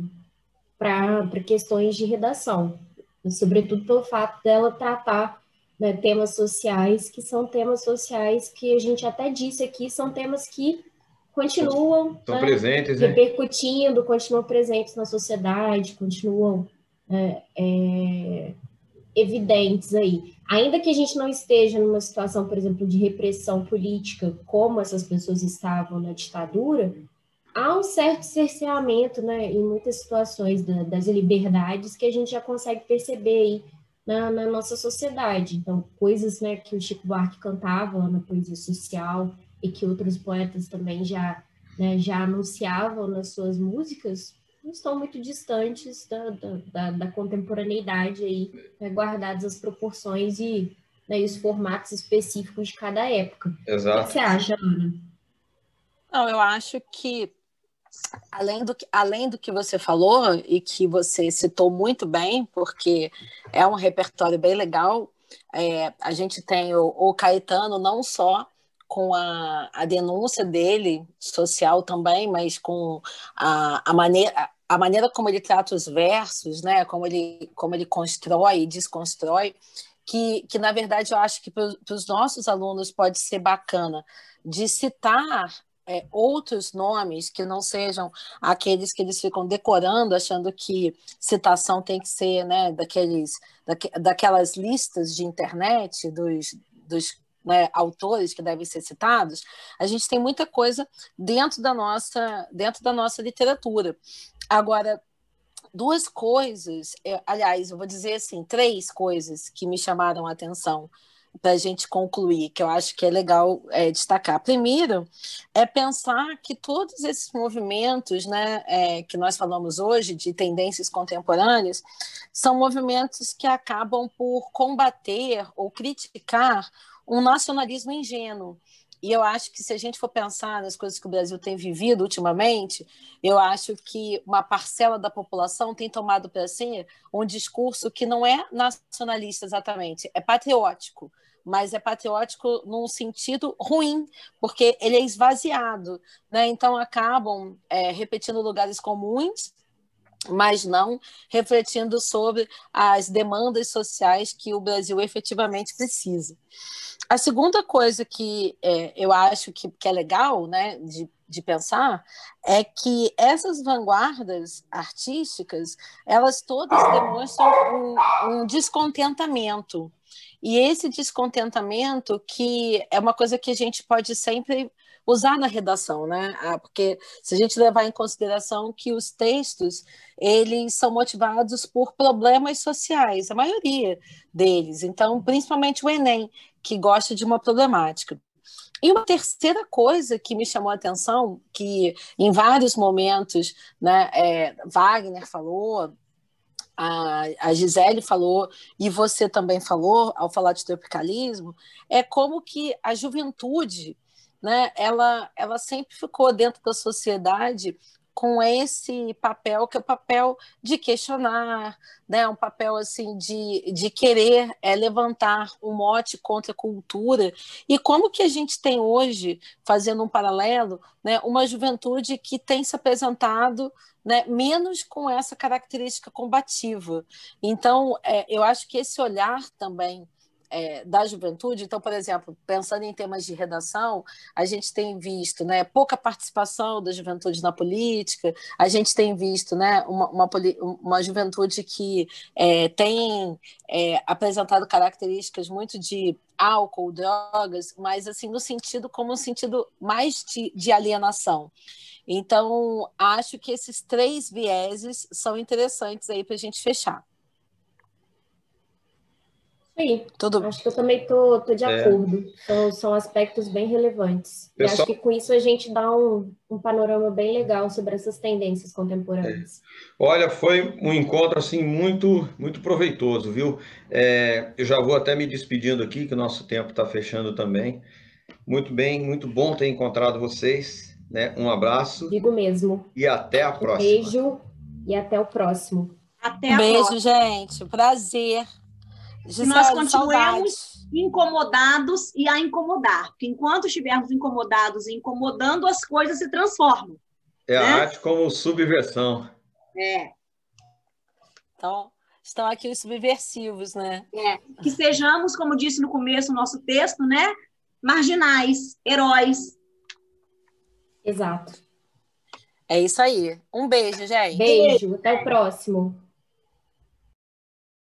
para questões de redação, sobretudo pelo fato dela tratar, né, temas sociais, que são temas sociais que a gente até disse aqui, são temas que continuam, São né, presentes, né? repercutindo, continuam presentes na sociedade, continuam é, é, evidentes aí. Ainda que a gente não esteja numa situação, por exemplo, de repressão política, como essas pessoas estavam na ditadura, há um certo cerceamento, né, em muitas situações da, das liberdades que a gente já consegue perceber aí na, na nossa sociedade. Então, coisas, né, que o Chico Buarque cantava lá na poesia social e que outros poetas também já, né, já anunciavam nas suas músicas, não estão muito distantes da, da, da, da contemporaneidade aí, né, guardadas as proporções e, né, e os formatos específicos de cada época. O que, que Exato. você acha, Ana? Não, eu acho que além do que, além do que você falou e que você citou muito bem, porque é um repertório bem legal, é, a gente tem o, o Caetano não só com a, a denúncia dele, social também, mas com a, a, maneira, a maneira como ele trata os versos, né? como, ele, como ele constrói e desconstrói, que, que, na verdade, eu acho que para os nossos alunos pode ser bacana de citar é, outros nomes que não sejam aqueles que eles ficam decorando, achando que citação tem que ser, né, daqueles, daque, daquelas listas de internet dos, dos né, autores que devem ser citados. A gente tem muita coisa dentro da nossa, dentro da nossa literatura. Agora, duas coisas, eu, aliás, eu vou dizer assim, três coisas que me chamaram a atenção para a gente concluir, que eu acho que é legal é, destacar. Primeiro, é pensar que todos esses movimentos, né, é, que nós falamos hoje, de tendências contemporâneas, são movimentos que acabam por combater ou criticar um nacionalismo ingênuo. E eu acho que se a gente for pensar nas coisas que o Brasil tem vivido ultimamente, eu acho que uma parcela da população tem tomado para si um discurso que não é nacionalista exatamente, é patriótico, mas é patriótico num sentido ruim, porque ele é esvaziado, né? Então acabam é, repetindo lugares comuns, mas não refletindo sobre as demandas sociais que o Brasil efetivamente precisa. A segunda coisa que é, eu acho que, que é legal, né, de, de pensar é que essas vanguardas artísticas, elas todas demonstram um, um descontentamento. E esse descontentamento que é uma coisa que a gente pode sempre usar na redação, né? Porque se a gente levar em consideração que os textos eles são motivados por problemas sociais, a maioria deles. Então, principalmente o Enem, que gosta de uma problemática. E uma terceira coisa que me chamou a atenção, que em vários momentos, né, é, Wagner falou, a, a Gisele falou, e você também falou, ao falar de tropicalismo, é como que a juventude né, ela, ela sempre ficou dentro da sociedade com esse papel, que é o papel de questionar, né, um papel assim de, de querer é, levantar um mote contra a cultura. E como que a gente tem hoje, fazendo um paralelo, né, uma juventude que tem se apresentado, né, menos com essa característica combativa. Então, é, eu acho que esse olhar também é, da juventude, então, por exemplo, pensando em temas de redação, a gente tem visto, né, pouca participação da juventude na política, a gente tem visto, né, uma, uma, uma juventude que é, tem é, apresentado características muito de álcool, drogas, mas assim, no sentido como um sentido mais de, de alienação. Então, acho que esses três vieses são interessantes aí para a gente fechar. Sim, Tudo... acho que eu também tô, tô de é. acordo. São, são aspectos bem relevantes. Pessoal... E acho que com isso a gente dá um, um panorama bem legal sobre essas tendências contemporâneas. É. Olha, foi um encontro assim muito, muito proveitoso, viu? É, eu já vou até me despedindo aqui, que o nosso tempo está fechando também. Muito bem, muito bom ter encontrado vocês, né? Um abraço. Digo mesmo. E até a um próxima. Beijo e até o próximo. Até a Beijo, próxima. gente. Prazer. Que nós continuemos saudade. incomodados e a incomodar. Porque enquanto estivermos incomodados e incomodando, as coisas se transformam. É, né? A arte como subversão. É. Então, estão aqui os subversivos, né? É. Que sejamos, como disse no começo do nosso texto, né? Marginais, heróis. Exato. É isso aí. Um beijo, gente. Beijo. Até o próximo.